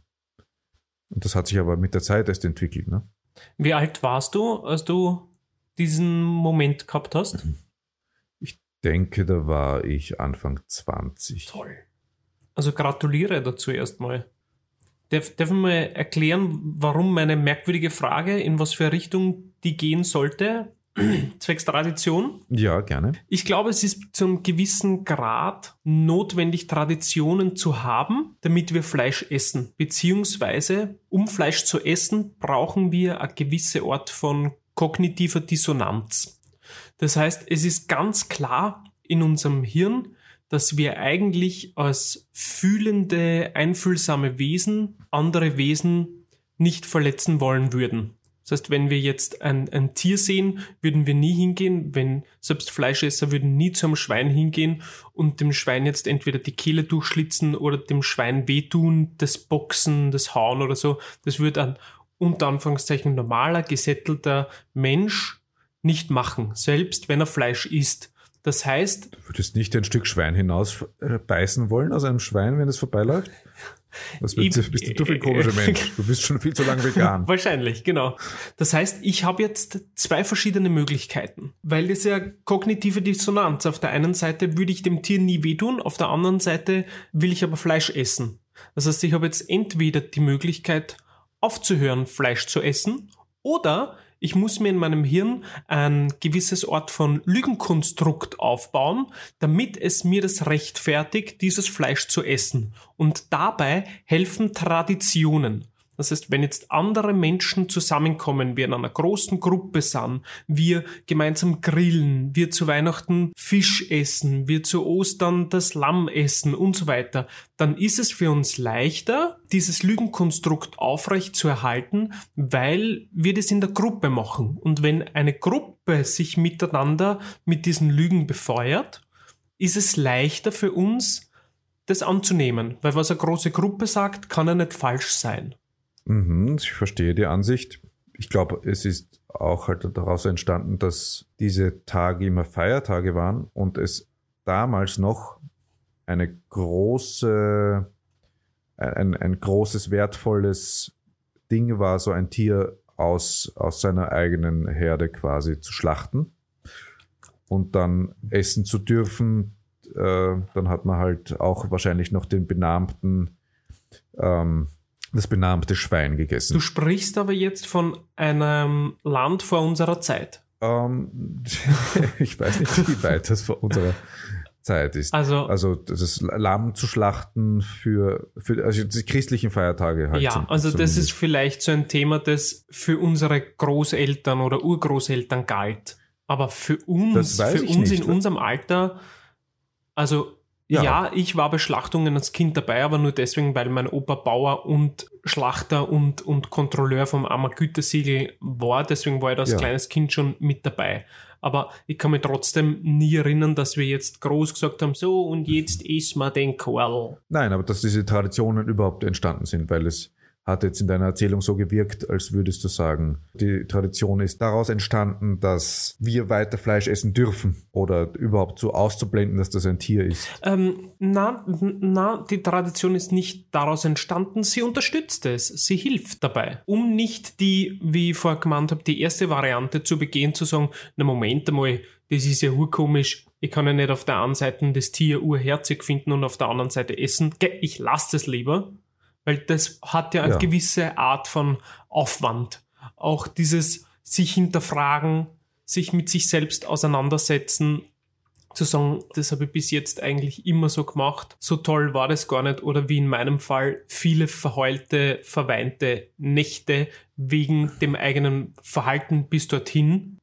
Und das hat sich aber mit der Zeit erst entwickelt, ne? Wie alt warst du, als du diesen Moment gehabt hast? Ich denke, da war ich Anfang 20. Toll. Also gratuliere dazu erstmal. Darf ich mal erklären, warum meine merkwürdige Frage, in was für eine Richtung die gehen sollte, zwecks Tradition? Ja, gerne. Ich glaube, es ist zu einem gewissen Grad notwendig, Traditionen zu haben, damit wir Fleisch essen. Beziehungsweise, um Fleisch zu essen, brauchen wir eine gewisse Art von kognitiver Dissonanz. Das heißt, es ist ganz klar in unserem Hirn, dass wir eigentlich als fühlende, einfühlsame Wesen andere Wesen nicht verletzen wollen würden. Das heißt, wenn wir jetzt ein Tier sehen, würden wir nie hingehen, selbst Fleischesser würden nie zu einem Schwein hingehen und dem Schwein jetzt entweder die Kehle durchschlitzen oder dem Schwein wehtun, das Boxen, das Hauen oder so. Das würde ein unter Anführungszeichen normaler, gesättelter Mensch nicht machen, selbst wenn er Fleisch isst. Das heißt... Du würdest nicht ein Stück Schwein hinaus beißen wollen aus einem Schwein, wenn es vorbeiläuft? Bist du für ein komischer Mensch? Du bist schon viel zu lange vegan. Wahrscheinlich, genau. Das heißt, ich habe jetzt zwei verschiedene Möglichkeiten, weil das ja kognitive Dissonanz. Auf der einen Seite würde ich dem Tier nie wehtun, auf der anderen Seite will ich aber Fleisch essen. Das heißt, ich habe jetzt entweder die Möglichkeit, aufzuhören, Fleisch zu essen, oder ich muss mir in meinem Hirn ein gewisses Art von Lügenkonstrukt aufbauen, damit es mir das rechtfertigt, dieses Fleisch zu essen. Und dabei helfen Traditionen. Das heißt, wenn jetzt andere Menschen zusammenkommen, wir in einer großen Gruppe sind, wir gemeinsam grillen, wir zu Weihnachten Fisch essen, wir zu Ostern das Lamm essen und so weiter, dann ist es für uns leichter, dieses Lügenkonstrukt aufrecht zu erhalten, weil wir das in der Gruppe machen. Und wenn eine Gruppe sich miteinander mit diesen Lügen befeuert, ist es leichter für uns, das anzunehmen. Weil was eine große Gruppe sagt, kann ja nicht falsch sein. Ich verstehe die Ansicht. Ich glaube, es ist auch halt daraus entstanden, dass diese Tage immer Feiertage waren und es damals noch ein großes, wertvolles Ding war, so ein Tier aus seiner eigenen Herde quasi zu schlachten und dann essen zu dürfen. Dann hat man halt auch wahrscheinlich noch den das benannte Schwein gegessen. Du sprichst aber jetzt von einem Land vor unserer Zeit. Ich weiß nicht, wie weit das vor unserer Zeit ist. Also das Lamm zu schlachten für die christlichen Feiertage halt. Ja, also das ist vielleicht so ein Thema, das für unsere Großeltern oder Urgroßeltern galt. Aber für uns in unserem Alter, also ja, ich war bei Schlachtungen als Kind dabei, aber nur deswegen, weil mein Opa Bauer und Schlachter und Kontrolleur vom Ammer-Gütesiegel war. Deswegen war ich als kleines Kind schon mit dabei. Aber ich kann mich trotzdem nie erinnern, dass wir jetzt groß gesagt haben, so und jetzt essen wir den Korl. Nein, aber dass diese Traditionen überhaupt entstanden sind, weil es hat jetzt in deiner Erzählung so gewirkt, als würdest du sagen, die Tradition ist daraus entstanden, dass wir weiter Fleisch essen dürfen oder überhaupt so auszublenden, dass das ein Tier ist. Die Tradition ist nicht daraus entstanden, sie unterstützt es, sie hilft dabei. Um nicht die, wie ich vorher gemeint habe, die erste Variante zu begehen, zu sagen, na Moment einmal, das ist ja urkomisch, ich kann ja nicht auf der einen Seite das Tier urherzig finden und auf der anderen Seite essen, ich lasse es lieber. Weil das hat ja eine gewisse Art von Aufwand. Auch dieses sich hinterfragen, sich mit sich selbst auseinandersetzen, zu sagen, das habe ich bis jetzt eigentlich immer so gemacht, so toll war das gar nicht. Oder wie in meinem Fall, viele verweinte Nächte wegen dem eigenen Verhalten bis dorthin.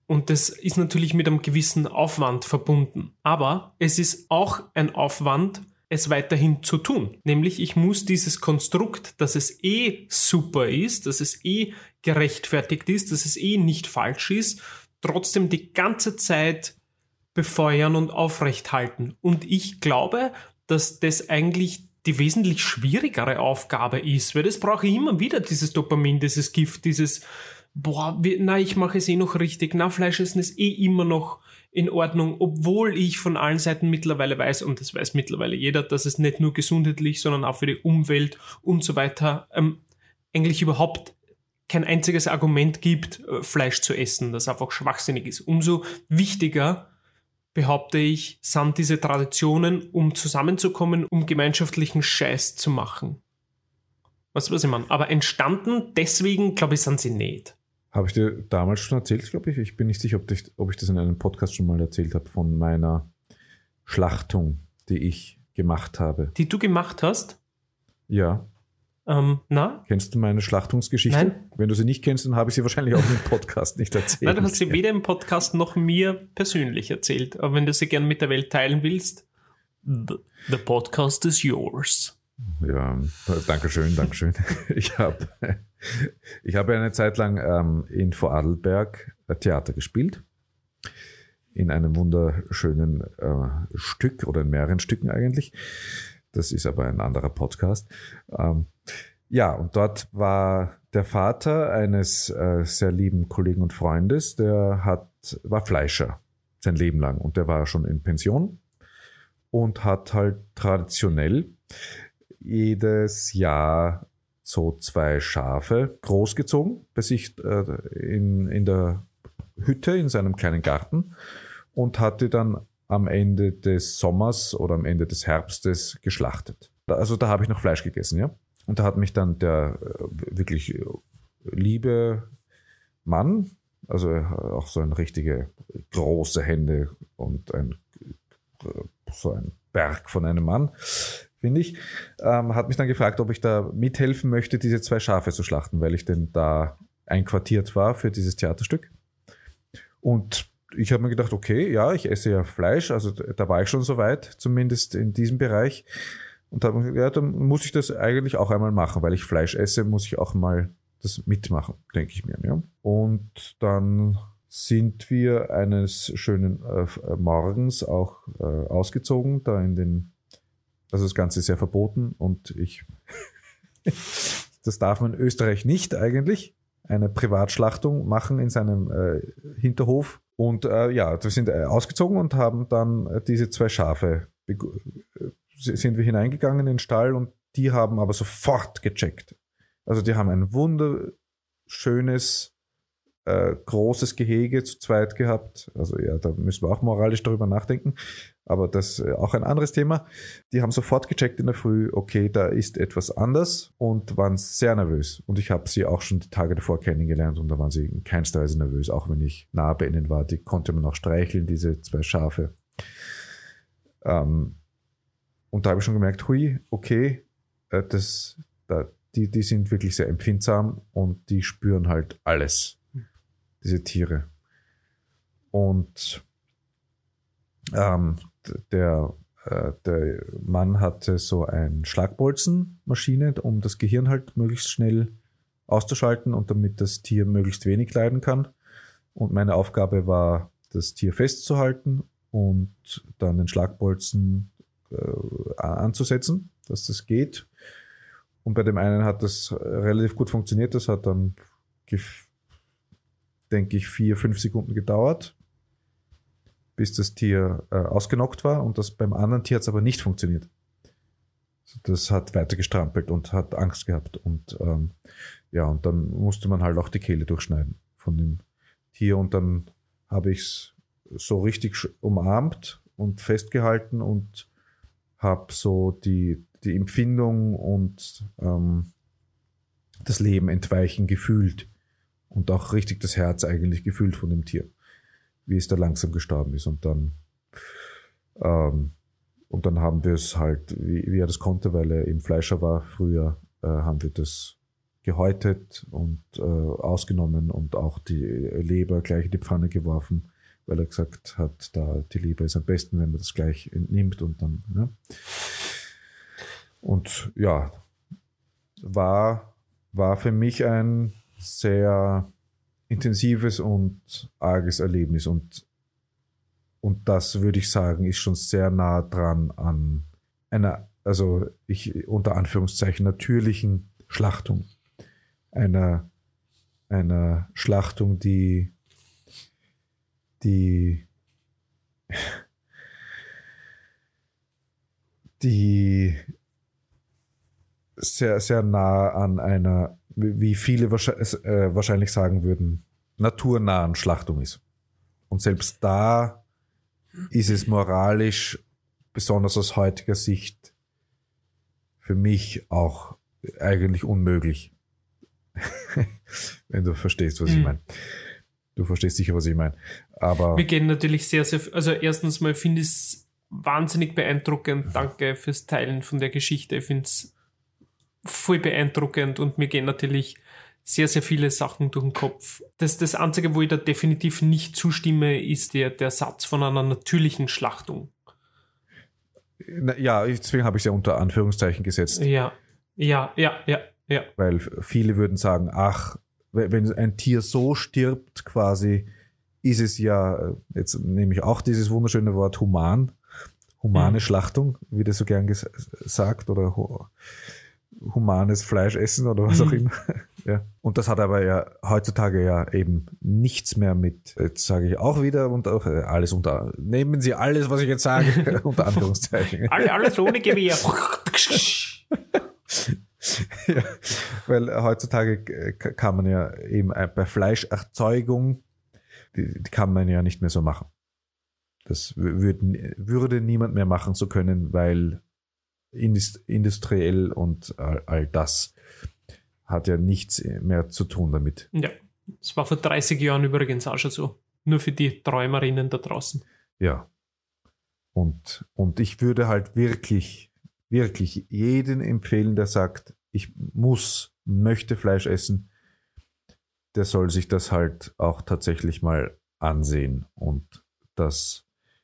Und das ist natürlich mit einem gewissen Aufwand verbunden. Aber es ist auch ein Aufwand, es weiterhin zu tun. Nämlich ich muss dieses Konstrukt, dass es super ist, dass es gerechtfertigt ist, dass es nicht falsch ist, trotzdem die ganze Zeit befeuern und aufrechthalten. Und ich glaube, dass das eigentlich die wesentlich schwierigere Aufgabe ist, weil das brauche ich immer wieder, dieses Dopamin, dieses Gift, dieses ich mache es noch richtig, Fleisch essen ist immer noch in Ordnung, obwohl ich von allen Seiten mittlerweile weiß, und das weiß mittlerweile jeder, dass es nicht nur gesundheitlich, sondern auch für die Umwelt und so weiter eigentlich überhaupt kein einziges Argument gibt, Fleisch zu essen, das einfach schwachsinnig ist. Umso wichtiger, behaupte ich, sind diese Traditionen, um zusammenzukommen, um gemeinschaftlichen Scheiß zu machen. Weißt du, was ich meine? Aber entstanden, deswegen, glaube ich, sind sie nicht. Habe ich dir damals schon erzählt, glaube ich. Ich bin nicht sicher, ob ich das in einem Podcast schon mal erzählt habe, von meiner Schlachtung, die ich gemacht habe. Die du gemacht hast? Ja. Na? Kennst du meine Schlachtungsgeschichte? Nein. Wenn du sie nicht kennst, dann habe ich sie wahrscheinlich auch im Podcast nicht erzählt. Nein, du hast sie weder im Podcast noch mir persönlich erzählt. Aber wenn du sie gerne mit der Welt teilen willst, the podcast is yours. Ja, Dankeschön. Ich habe eine Zeit lang in Vorarlberg Theater gespielt. In einem wunderschönen Stück oder in mehreren Stücken eigentlich. Das ist aber ein anderer Podcast. Ja, und dort war der Vater eines sehr lieben Kollegen und Freundes, war Fleischer sein Leben lang. Und der war schon in Pension und hat halt traditionell jedes Jahr so 2 Schafe großgezogen bei sich in der Hütte in seinem kleinen Garten und hat die dann am Ende des Sommers oder am Ende des Herbstes geschlachtet. Also da habe ich noch Fleisch gegessen, ja. Und da hat mich dann der wirklich liebe Mann, also auch so eine richtige große Hände und so ein Berg von einem Mann, finde ich, hat mich dann gefragt, ob ich da mithelfen möchte, diese 2 Schafe zu schlachten, weil ich denn da einquartiert war für dieses Theaterstück. Und ich habe mir gedacht, okay, ja, ich esse ja Fleisch, also da war ich schon so weit, zumindest in diesem Bereich. Und habe mir gedacht, ja, dann muss ich das eigentlich auch einmal machen, weil ich Fleisch esse, muss ich auch mal das mitmachen, denke ich mir. Ja. Und dann sind wir eines schönen Morgens auch ausgezogen, also das Ganze ist ja verboten und das darf man in Österreich nicht eigentlich, eine Privatschlachtung machen in seinem Hinterhof. Und wir sind ausgezogen und haben dann diese 2 Schafe, sind wir hineingegangen in den Stall und die haben aber sofort gecheckt. Also die haben ein wunderschönes, großes Gehege zu zweit gehabt. Also ja, da müssen wir auch moralisch darüber nachdenken. Aber das ist auch ein anderes Thema. Die haben sofort gecheckt in der Früh, okay, da ist etwas anders und waren sehr nervös. Und ich habe sie auch schon die Tage davor kennengelernt und da waren sie in keinster Weise nervös, auch wenn ich nah bei ihnen war. Die konnte man auch streicheln, diese 2 Schafe. Und da habe ich schon gemerkt, hui, okay, die sind wirklich sehr empfindsam und die spüren halt alles, diese Tiere. Und der Mann hatte so eine Schlagbolzenmaschine, um das Gehirn halt möglichst schnell auszuschalten und damit das Tier möglichst wenig leiden kann. Und meine Aufgabe war, das Tier festzuhalten und dann den Schlagbolzen anzusetzen, dass das geht. Und bei dem einen hat das relativ gut funktioniert. Das hat dann, denke ich, 4-5 Sekunden gedauert, bis das Tier ausgenockt war. Und das beim anderen Tier hat es aber nicht funktioniert. Das hat weiter gestrampelt und hat Angst gehabt. Und und dann musste man halt auch die Kehle durchschneiden von dem Tier. Und dann habe ich es so richtig umarmt und festgehalten und habe so die Empfindung und das Leben entweichen gefühlt und auch richtig das Herz eigentlich gefühlt von dem Tier, wie es da langsam gestorben ist. Und dann haben wir es halt, wie er das konnte, weil er eben Fleischer war früher, haben wir das gehäutet und ausgenommen und auch die Leber gleich in die Pfanne geworfen, weil er gesagt hat, da die Leber ist am besten, wenn man das gleich entnimmt und dann. Ja. Und ja, war für mich ein sehr intensives und arges Erlebnis und das würde ich sagen, ist schon sehr nah dran an einer, also unter Anführungszeichen natürlichen Schlachtung. Einer Schlachtung, die sehr, sehr nah an einer, wie viele wahrscheinlich sagen würden, naturnahen Schlachtung ist. Und selbst da ist es moralisch, besonders aus heutiger Sicht, für mich auch eigentlich unmöglich. Wenn du verstehst, was ich meine. Du verstehst sicher, was ich meine. Aber wir gehen natürlich sehr, sehr, also erstens mal finde ich es wahnsinnig beeindruckend. Danke fürs Teilen von der Geschichte. Ich finde es voll beeindruckend und mir gehen natürlich sehr, sehr viele Sachen durch den Kopf. Das Einzige, wo ich da definitiv nicht zustimme, ist der Satz von einer natürlichen Schlachtung. Ja, deswegen habe ich es ja unter Anführungszeichen gesetzt. Ja. Weil viele würden sagen, ach, wenn ein Tier so stirbt quasi, ist es ja, jetzt nehme ich auch dieses wunderschöne Wort humane Schlachtung, wie das so gern sagt, oder humanes Fleisch essen oder was auch immer. Ja. Und das hat aber ja heutzutage ja eben nichts mehr mit, jetzt sage ich auch wieder, und auch alles nehmen Sie alles, was ich jetzt sage, unter Anführungszeichen. Alles ohne Gewehr. Ja, weil heutzutage kann man ja eben bei Fleischerzeugung, die kann man ja nicht mehr so machen. Das würde niemand mehr machen zu können, weil industriell und all das hat ja nichts mehr zu tun damit. Ja, das war vor 30 Jahren übrigens auch schon so. Nur für die Träumerinnen da draußen. Ja. Und ich würde halt wirklich jeden empfehlen, der sagt, ich möchte Fleisch essen, der soll sich das halt auch tatsächlich mal ansehen und das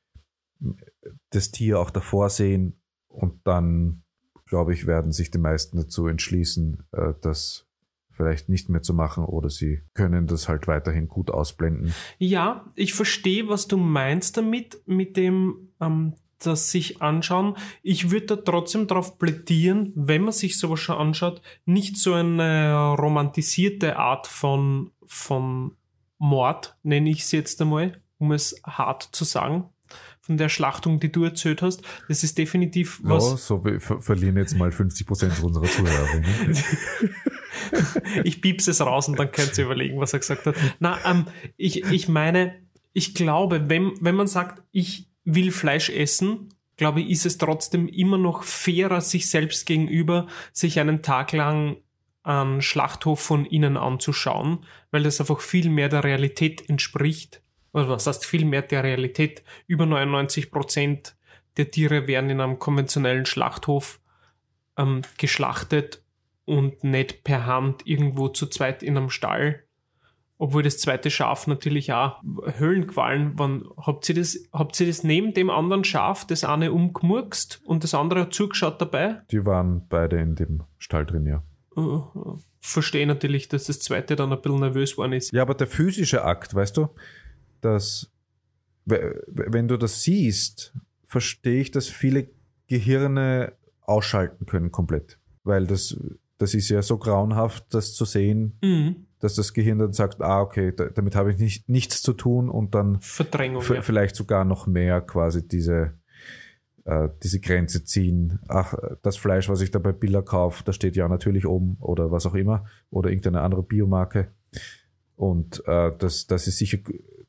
Tier auch davor sehen. Und dann, glaube ich, werden sich die meisten dazu entschließen, das vielleicht nicht mehr zu machen oder sie können das halt weiterhin gut ausblenden. Ja, ich verstehe, was du meinst damit, mit dem das sich anschauen. Ich würde da trotzdem darauf plädieren, wenn man sich sowas schon anschaut, nicht so eine romantisierte Art von Mord, nenne ich es jetzt einmal, um es hart zu sagen, von der Schlachtung, die du erzählt hast. Das ist definitiv was... Ja, so wir verlieren jetzt mal 50% unserer Zuhörer. Ne? Ich piepse es raus und dann könnt ihr überlegen, was er gesagt hat. Ich meine, ich glaube, wenn man sagt, ich will Fleisch essen, glaube ich, ist es trotzdem immer noch fairer, sich selbst gegenüber, sich einen Tag lang einen Schlachthof von innen anzuschauen, weil das einfach viel mehr der Realität entspricht. Oder was heißt viel mehr der Realität? Über 99% der Tiere werden in einem konventionellen Schlachthof geschlachtet und nicht per Hand irgendwo zu zweit in einem Stall. Obwohl das zweite Schaf natürlich auch Höhlenqualen, habt ihr das neben dem anderen Schaf, das eine umgemurkst und das andere hat zugeschaut dabei? Die waren beide in dem Stall drin, ja. Verstehe natürlich, dass das zweite dann ein bisschen nervös worden ist. Ja, aber der physische Akt, weißt du, dass, wenn du das siehst, verstehe ich, dass viele Gehirne ausschalten können komplett. Weil das ist ja so grauenhaft, das zu sehen, dass das Gehirn dann sagt, okay, damit habe ich nichts zu tun und dann Verdrängung, vielleicht sogar noch mehr quasi diese Grenze ziehen. Ach, das Fleisch, was ich da bei Billa kaufe, da steht ja natürlich oben oder was auch immer oder irgendeine andere Biomarke und das ist sicher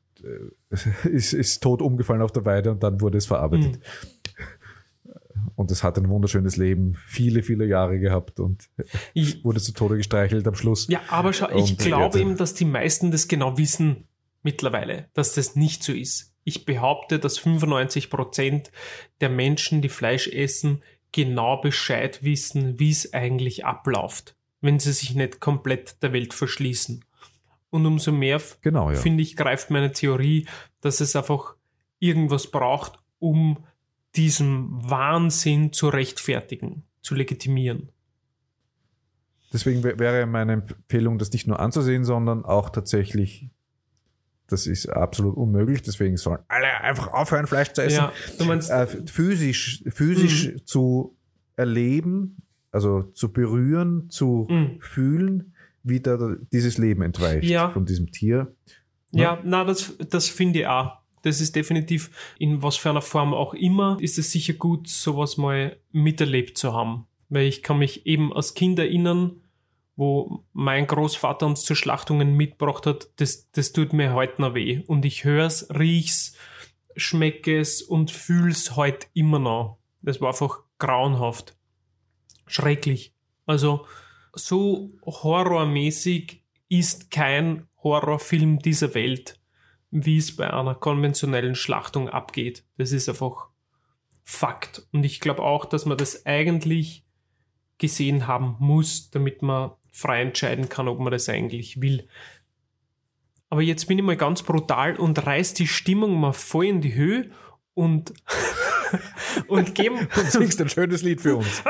ist tot umgefallen auf der Weide und dann wurde es verarbeitet. Und es hat ein wunderschönes Leben, viele, viele Jahre gehabt und wurde zu Tode gestreichelt am Schluss. Ja, aber schau, ich glaube eben, dass die meisten das genau wissen mittlerweile, dass das nicht so ist. Ich behaupte, dass 95% der Menschen, die Fleisch essen, genau Bescheid wissen, wie es eigentlich abläuft. wenn sie sich nicht komplett der Welt verschließen. Und umso mehr, finde ich, greift meine Theorie, dass es einfach irgendwas braucht, um diesen Wahnsinn zu rechtfertigen, zu legitimieren. Deswegen wäre meine Empfehlung, das nicht nur anzusehen, sondern auch tatsächlich, das ist absolut unmöglich, deswegen sollen alle einfach aufhören, Fleisch zu essen. Ja, du meinst, physisch zu erleben, also zu berühren, zu fühlen, wie da dieses Leben entweicht von diesem Tier. Ja, das finde ich auch. Das ist definitiv, in was für einer Form auch immer, ist es sicher gut, sowas mal miterlebt zu haben. Weil ich kann mich eben als Kind erinnern, wo mein Großvater uns zu Schlachtungen mitgebracht hat, das tut mir heute noch weh. Und ich höre es, riech's, schmecke es und fühle es heute immer noch. Das war einfach grauenhaft. Schrecklich. Also so horrormäßig ist kein Horrorfilm dieser Welt, wie es bei einer konventionellen Schlachtung abgeht. Das ist einfach Fakt. Und ich glaube auch, dass man das eigentlich gesehen haben muss, damit man frei entscheiden kann, ob man das eigentlich will. Aber jetzt bin ich mal ganz brutal und reiß die Stimmung mal voll in die Höhe und geben... Und singst ein schönes Lied für uns.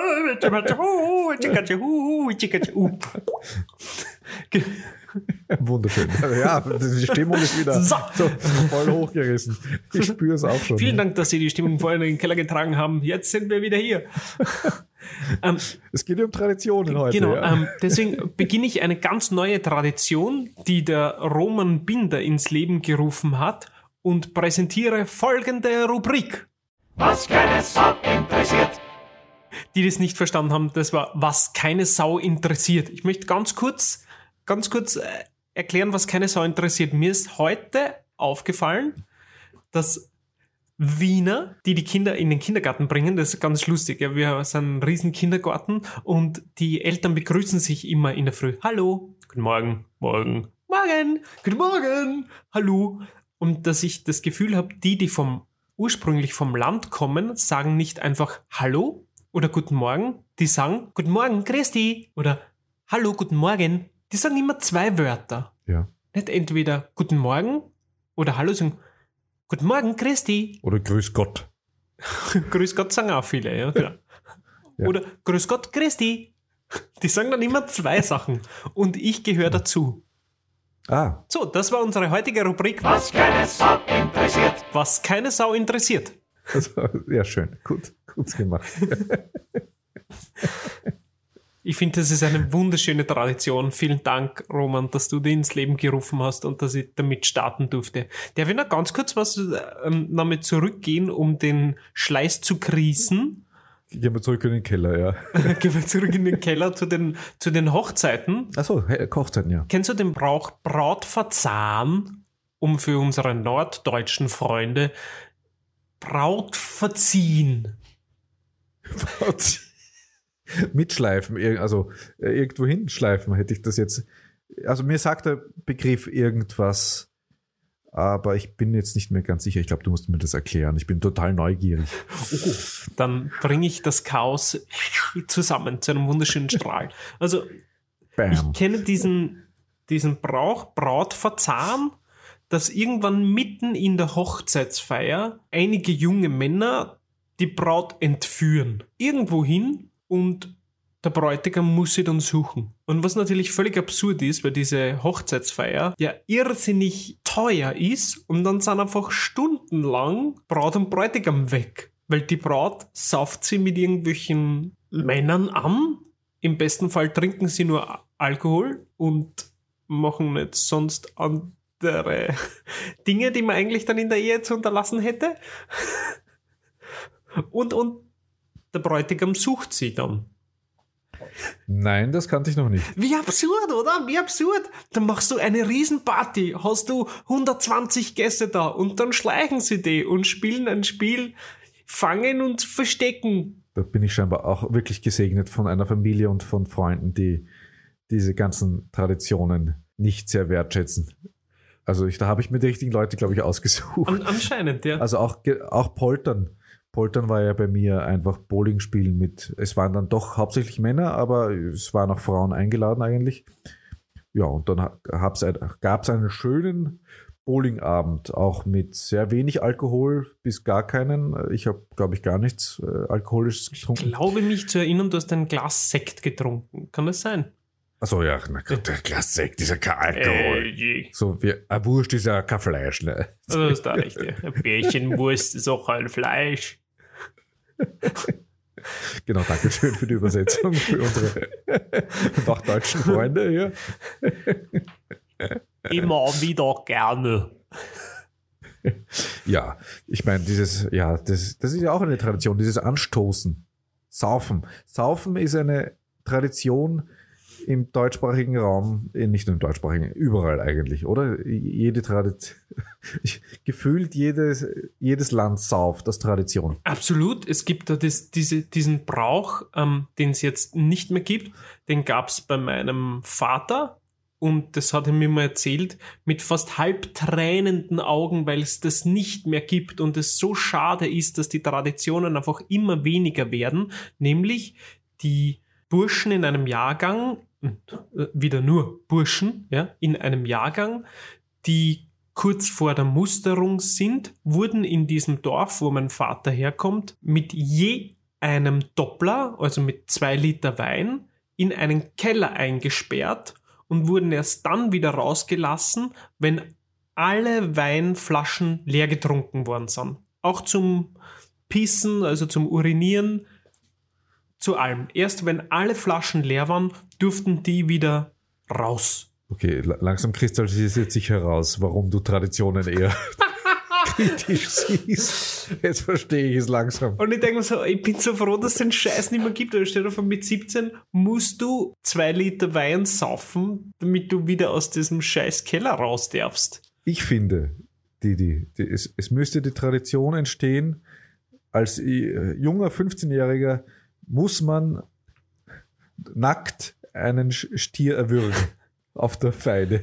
Wunderschön. Ja, die Stimmung ist wieder so voll hochgerissen. Ich spüre es auch schon. Vielen Dank, dass Sie die Stimmung vorhin in den Keller getragen haben. Jetzt sind wir wieder hier. Es geht um Traditionen heute. Genau, deswegen beginne ich eine ganz neue Tradition, die der Roman Binder ins Leben gerufen hat und präsentiere folgende Rubrik. Was keine Sau interessiert. Die das nicht verstanden haben, das war, was keine Sau interessiert. Ich möchte ganz kurz erklären, was keine Sau interessiert. Mir ist heute aufgefallen, dass Wiener, die Kinder in den Kindergarten bringen, das ist ganz lustig. Ja, wir sind ein riesen Kindergarten und die Eltern begrüßen sich immer in der Früh. Hallo, guten Morgen, morgen, guten Morgen, hallo. Und dass ich das Gefühl habe, die ursprünglich vom Land kommen, sagen nicht einfach Hallo oder Guten Morgen, die sagen Guten Morgen, grüß dich oder Hallo, guten Morgen. Die sagen immer zwei Wörter. Ja. Nicht entweder Guten Morgen oder Hallo, sagen Guten Morgen, grüß dich. Oder Grüß Gott. Grüß Gott sagen auch viele, ja, klar. Ja. Oder Grüß Gott, grüß dich. Die sagen dann immer zwei Sachen. Und ich gehöre dazu. Ah. So, das war unsere heutige Rubrik. Was keine Sau interessiert. Was keine Sau interessiert. Also, ja, schön. Gut gemacht. Ich finde, das ist eine wunderschöne Tradition. Vielen Dank, Roman, dass du die ins Leben gerufen hast und dass ich damit starten durfte. Darf ich noch ganz kurz was damit zurückgehen, um den Schleiß zu krießen? Gehen wir zurück in den Keller, ja. Gehen wir zurück in den Keller zu den Hochzeiten. Achso, Hochzeiten, ja. Kennst du den Brauch Brautverzahn, um für unsere norddeutschen Freunde Braut verziehen? Mitschleifen, also irgendwo hinschleifen hätte ich das jetzt. Also mir sagt der Begriff irgendwas, aber ich bin jetzt nicht mehr ganz sicher. Ich glaube, du musst mir das erklären. Ich bin total neugierig. Dann bringe ich das Chaos zusammen zu einem wunderschönen Strahl. Also Bam. Ich kenne diesen Brauch Brautverzahn, dass irgendwann mitten in der Hochzeitsfeier einige junge Männer die Braut entführen. Irgendwohin. Und der Bräutigam muss sie dann suchen. Und was natürlich völlig absurd ist, weil diese Hochzeitsfeier ja irrsinnig teuer ist und dann sind einfach stundenlang Braut und Bräutigam weg. Weil die Braut sauft sie mit irgendwelchen Männern an. Im besten Fall trinken sie nur Alkohol und machen nicht sonst andere Dinge, die man eigentlich dann in der Ehe zu unterlassen hätte. Und der Bräutigam sucht sie dann. Nein, das kannte ich noch nicht. Wie absurd, oder? Wie absurd. Dann machst du eine Riesenparty, hast du 120 Gäste da und dann schleichen sie die und spielen ein Spiel, fangen und verstecken. Da bin ich scheinbar auch wirklich gesegnet von einer Familie und von Freunden, die diese ganzen Traditionen nicht sehr wertschätzen. Also da habe ich mir die richtigen Leute, glaube ich, ausgesucht. Anscheinend, ja. Also auch Poltern. Poltern war ja bei mir einfach Bowling spielen es waren dann doch hauptsächlich Männer, aber es waren auch Frauen eingeladen eigentlich. Ja, und dann gab es einen schönen Bowlingabend, auch mit sehr wenig Alkohol bis gar keinen. Ich habe, glaube ich, gar nichts Alkoholisches getrunken. Ich glaube mich zu erinnern, du hast ein Glas Sekt getrunken. Kann das sein? Achso, ja, na Gott, der Glas Sekt ist ja kein Alkohol. So wie ein Wurst ist ja kein Fleisch. Ne? Also das ist da recht. Ein Bärchen Wurst ist auch ein Fleisch. Genau, danke schön für die Übersetzung für unsere noch deutschen Freunde hier. Immer wieder gerne. Ja, ich meine, das ist ja auch eine Tradition, dieses Anstoßen, Saufen. Saufen ist eine Tradition im deutschsprachigen Raum, nicht nur im deutschsprachigen, überall eigentlich, oder? Gefühlt jedes Land sauft, das Tradition. Absolut. Es gibt da diesen Brauch, den es jetzt nicht mehr gibt. Den gab es bei meinem Vater. Und das hat er mir mal erzählt, mit fast halb tränenden Augen, weil es das nicht mehr gibt und es so schade ist, dass die Traditionen einfach immer weniger werden. Nämlich die Burschen in einem Jahrgang, wieder nur Burschen, ja, in einem Jahrgang, die kurz vor der Musterung sind, wurden in diesem Dorf, wo mein Vater herkommt, mit je einem Doppler, also mit 2 Liter Wein, in einen Keller eingesperrt und wurden erst dann wieder rausgelassen, wenn alle Weinflaschen leer getrunken worden sind. Auch zum Pissen, also zum Urinieren, zu allem. Erst wenn alle Flaschen leer waren, durften die wieder raus. Okay, langsam kristallisiert sich heraus, warum du Traditionen eher kritisch siehst. Jetzt verstehe ich es langsam. Und ich denke mir so, ich bin so froh, dass es den Scheiß nicht mehr gibt. Stell dir vor, mit 17 musst du 2 Liter Wein saufen, damit du wieder aus diesem scheiß Keller raus darfst. Ich finde, es müsste die Tradition entstehen, als junger 15-Jähriger muss man nackt einen Stier erwürgen. Auf der Weide.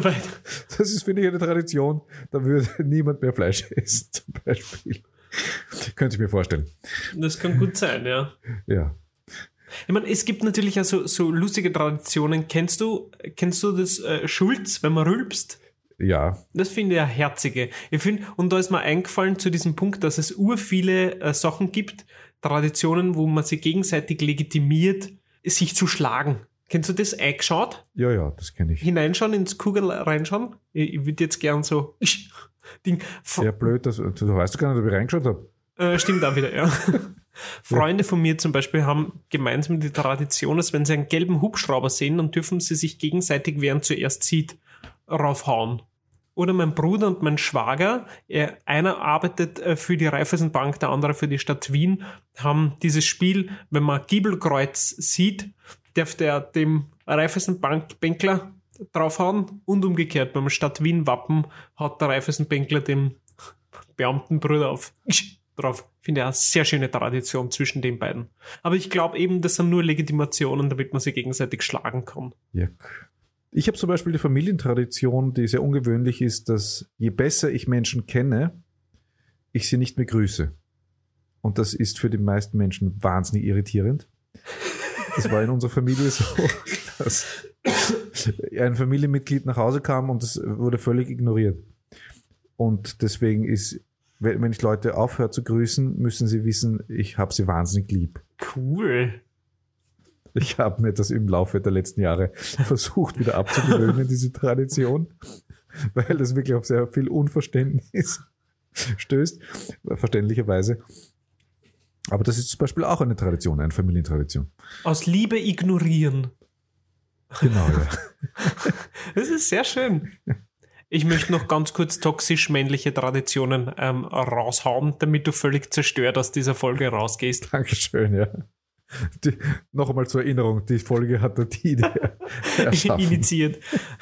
Das ist, finde ich, eine Tradition. Da würde niemand mehr Fleisch essen, zum Beispiel. Könnte ich mir vorstellen. Das kann gut sein, ja. Ja. Ich meine, es gibt natürlich auch so lustige Traditionen. Kennst du das Schulz, wenn man rülpst? Ja. Das finde ich ja herzige. Und da ist mir eingefallen zu diesem Punkt, dass es urviele Sachen gibt, Traditionen, wo man sich gegenseitig legitimiert, sich zu schlagen. Kennst du das eingeschaut? Ja, das kenne ich. Hineinschauen, ins Kugel reinschauen? Ich würde jetzt gern so Ding. Sehr blöd, du weißt gar nicht, ob ich reingeschaut habe. Stimmt auch wieder, ja. Freunde von mir zum Beispiel haben gemeinsam die Tradition, dass wenn sie einen gelben Hubschrauber sehen, dann dürfen sie sich gegenseitig, wer ihn zuerst sieht, raufhauen. Oder mein Bruder und mein Schwager, einer arbeitet für die Raiffeisenbank, der andere für die Stadt Wien, haben dieses Spiel, wenn man Giebelkreuz sieht, darf der dem Raiffeisenbankbänkler draufhauen und umgekehrt. Beim Stadt Wien-Wappen hat der Raiffeisenbänkler dem Beamtenbruder drauf. Finde ich eine sehr schöne Tradition zwischen den beiden. Aber ich glaube eben, das sind nur Legitimationen, damit man sich gegenseitig schlagen kann. Ja. Ich habe zum Beispiel die Familientradition, die sehr ungewöhnlich ist, dass je besser ich Menschen kenne, ich sie nicht mehr grüße. Und das ist für die meisten Menschen wahnsinnig irritierend. Das war in unserer Familie so, dass ein Familienmitglied nach Hause kam und das wurde völlig ignoriert. Und deswegen ist, wenn ich Leute aufhöre zu grüßen, müssen sie wissen, ich habe sie wahnsinnig lieb. Cool. Ich habe mir das im Laufe der letzten Jahre versucht, wieder abzugewöhnen, diese Tradition, weil das wirklich auf sehr viel Unverständnis stößt, verständlicherweise. Aber das ist zum Beispiel auch eine Tradition, eine Familientradition. Aus Liebe ignorieren. Genau, ja. Das ist sehr schön. Ich möchte noch ganz kurz toxisch-männliche Traditionen raushauen, damit du völlig zerstört aus dieser Folge rausgehst. Dankeschön, ja. Noch einmal zur Erinnerung, die Folge hat der Tide initiiert.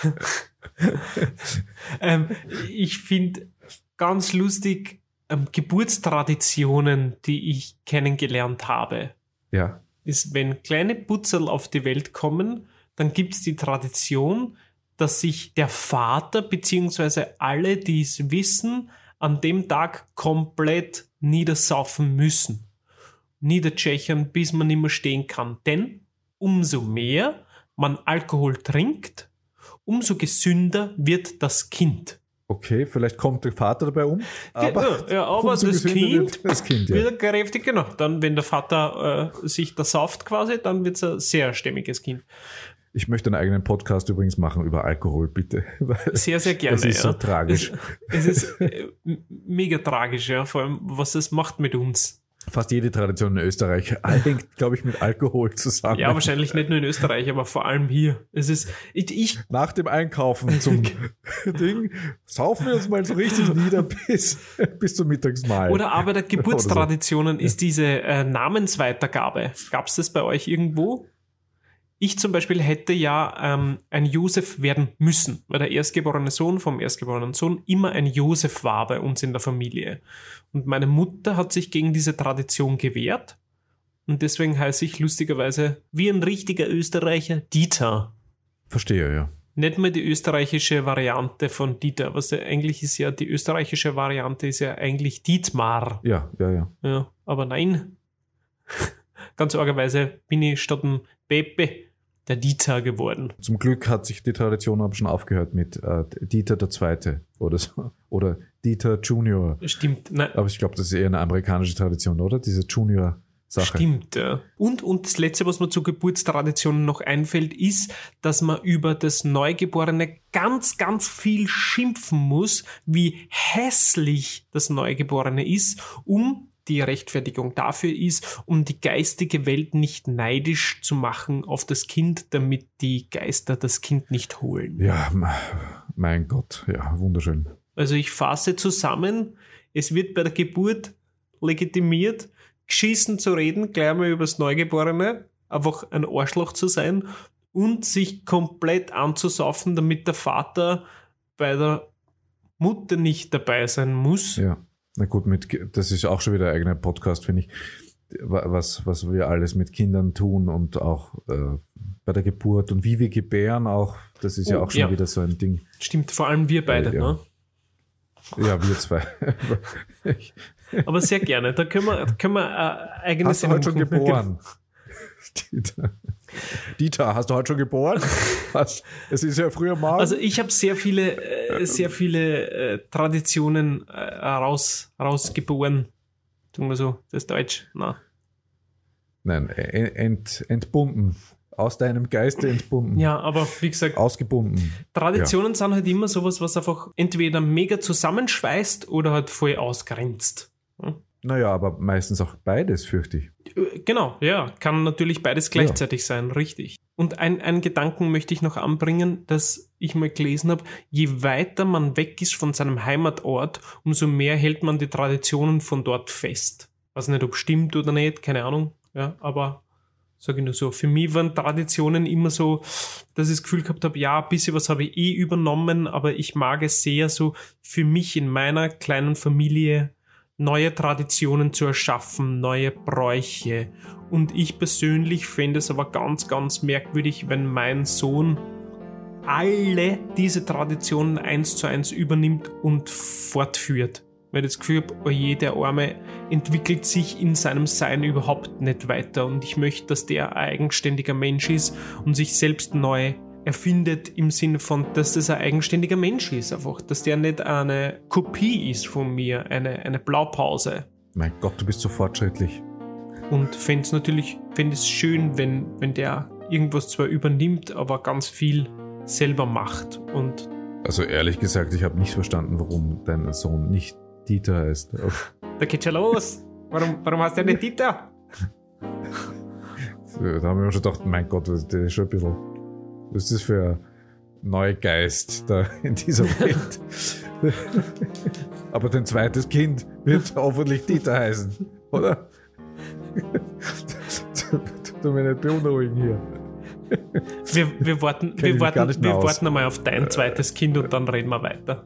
Ich finde ganz lustig Geburtstraditionen, die ich kennengelernt habe. Ja. Ist, wenn kleine Putzerl auf die Welt kommen, dann gibt es die Tradition, dass sich der Vater bzw. alle, die es wissen, an dem Tag komplett niedersaufen müssen. Niedertschechern, bis man nicht mehr stehen kann. Denn umso mehr man Alkohol trinkt, umso gesünder wird das Kind. Okay, vielleicht kommt der Vater dabei aber das Kind wird kräftig, genau. Dann, wenn der Vater sich da sauft quasi, dann wird es ein sehr stämmiges Kind. Ich möchte einen eigenen Podcast übrigens machen über Alkohol, bitte. Sehr, sehr gerne. Das ist so tragisch. Es ist mega tragisch, ja, vor allem, was es macht mit uns. Fast jede Tradition in Österreich hängt, glaube ich, mit Alkohol zusammen. Ja, wahrscheinlich nicht nur in Österreich, aber vor allem hier. Es ist, nach dem Einkaufen zum Ding, saufen wir uns mal so richtig nieder bis zum Mittagsmahl. Oder aber der Geburtstraditionen ist diese Namensweitergabe. Gab es das bei euch irgendwo? Ich zum Beispiel hätte ja ein Josef werden müssen, weil der erstgeborene Sohn vom erstgeborenen Sohn immer ein Josef war bei uns in der Familie. Und meine Mutter hat sich gegen diese Tradition gewehrt und deswegen heiße ich lustigerweise wie ein richtiger Österreicher Dieter. Verstehe, ja. Nicht mal die österreichische Variante von Dieter, was ja eigentlich ist ja, die österreichische Variante ist ja eigentlich Dietmar. Ja. Ja, aber nein. Ganz argerweise bin ich statt dem Pepe der Dieter geworden. Zum Glück hat sich die Tradition aber schon aufgehört mit Dieter der Zweite oder so. Oder Dieter Junior. Stimmt. Nein. Aber ich glaube, das ist eher eine amerikanische Tradition, oder? Diese Junior-Sache. Stimmt, ja. Und das Letzte, was mir zu Geburtstraditionen noch einfällt, ist, dass man über das Neugeborene ganz, ganz viel schimpfen muss, wie hässlich das Neugeborene ist, die Rechtfertigung dafür ist, um die geistige Welt nicht neidisch zu machen auf das Kind, damit die Geister das Kind nicht holen. Ja, mein Gott, ja, wunderschön. Also ich fasse zusammen, es wird bei der Geburt legitimiert, geschissen zu reden, gleich mal über das Neugeborene, einfach ein Arschloch zu sein und sich komplett anzusaufen, damit der Vater bei der Mutter nicht dabei sein muss. Ja. Na gut, das ist auch schon wieder ein eigener Podcast, finde ich, was wir alles mit Kindern tun und auch bei der Geburt und wie wir gebären auch, das ist ja auch schon wieder so ein Ding. Stimmt, vor allem wir beide, ja. Ne? Ja, wir zwei. Aber sehr gerne, da können wir eigene Hast du heute schon geboren? Dieter, hast du heute schon geboren? Es ist ja früher morgen. Also ich habe sehr viele Traditionen rausgeboren. Sagen wir so, das ist Deutsch. Nein, entbunden. Aus deinem Geiste entbunden. Ja, aber wie gesagt, ausgebunden. Traditionen sind halt immer sowas, was einfach entweder mega zusammenschweißt oder halt voll ausgrenzt. Ja? Naja, aber meistens auch beides, fürchte ich. Genau, ja, kann natürlich beides gleichzeitig sein, richtig. Und einen Gedanken möchte ich noch anbringen, dass ich mal gelesen habe, je weiter man weg ist von seinem Heimatort, umso mehr hält man die Traditionen von dort fest. Weiß nicht, ob stimmt oder nicht, keine Ahnung, ja, aber sage ich nur so, für mich waren Traditionen immer so, dass ich das Gefühl gehabt habe, ja, ein bisschen was habe ich übernommen, aber ich mag es sehr so, für mich in meiner kleinen Familie neue Traditionen zu erschaffen, neue Bräuche. Und ich persönlich fände es aber ganz, ganz merkwürdig, wenn mein Sohn alle diese Traditionen 1:1 übernimmt und fortführt. Weil ich das Gefühl habe, oje, der Arme entwickelt sich in seinem Sein überhaupt nicht weiter. Und ich möchte, dass der ein eigenständiger Mensch ist und sich selbst neu erfindet im Sinne von, dass das ein eigenständiger Mensch ist einfach, dass der nicht eine Kopie ist von mir, eine Blaupause. Mein Gott, du bist so fortschrittlich. Und fände es schön, wenn der irgendwas zwar übernimmt, aber ganz viel selber macht. Und also ehrlich gesagt, ich habe nicht verstanden, warum dein Sohn nicht Dieter heißt. Oh. Da geht's schon los. Warum heißt der nicht Dieter? Da haben wir schon gedacht, mein Gott, das ist schon ein bisschen... Was ist das für ein Neugeist da in dieser Welt? Aber dein zweites Kind wird hoffentlich Dieter heißen, oder? Du mich nicht beunruhigen hier. Wir warten einmal auf dein zweites Kind und dann reden wir weiter.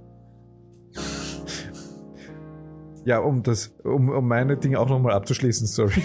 Ja, um meine Dinge auch nochmal abzuschließen, sorry.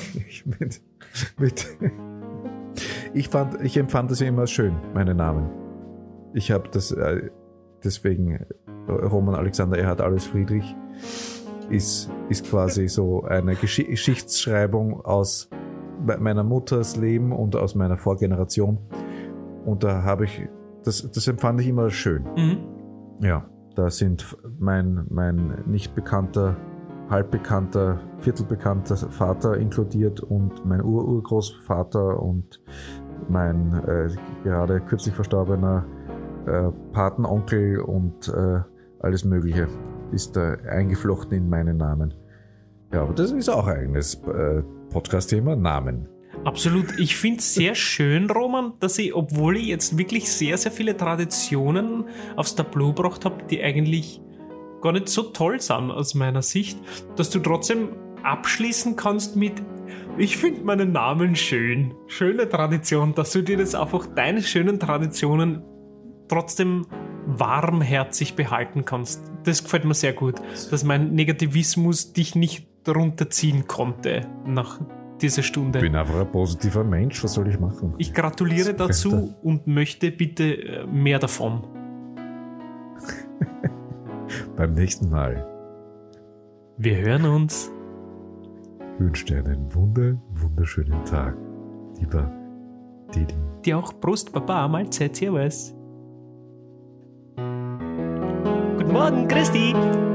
Ich empfand das ja immer schön, meine Namen. Ich habe das deswegen Roman Alexander Erhard Alois Friedrich ist quasi so eine Geschichtsschreibung aus meiner Mutters Leben und aus meiner Vorgeneration. Und da habe ich, das empfand ich immer schön. Mhm. Ja, da sind mein nicht bekannter, halbbekannter, viertelbekannter Vater inkludiert und mein Urgroßvater und mein gerade kürzlich verstorbener Patenonkel und alles Mögliche ist da eingeflochten in meinen Namen. Ja, aber das ist auch ein eigenes Podcast-Thema, Namen. Absolut. Ich finde es sehr schön, Roman, dass ich, obwohl ich jetzt wirklich sehr, sehr viele Traditionen aufs Tableau gebracht habe, die eigentlich gar nicht so toll sind aus meiner Sicht, dass du trotzdem abschließen kannst mit: Ich finde meinen Namen schön. Schöne Tradition, dass du dir das einfach, deine schönen Traditionen trotzdem warmherzig behalten kannst. Das gefällt mir sehr gut, dass mein Negativismus dich nicht runterziehen konnte nach dieser Stunde. Ich bin einfach ein positiver Mensch, was soll ich machen? Ich gratuliere dazu und möchte bitte mehr davon. Beim nächsten Mal. Wir hören uns. Ich wünsche dir einen wunderschönen Tag, lieber Didi. Dir auch. Prost, Baba, Mahlzeit, Servus. Guten Morgen, Christi.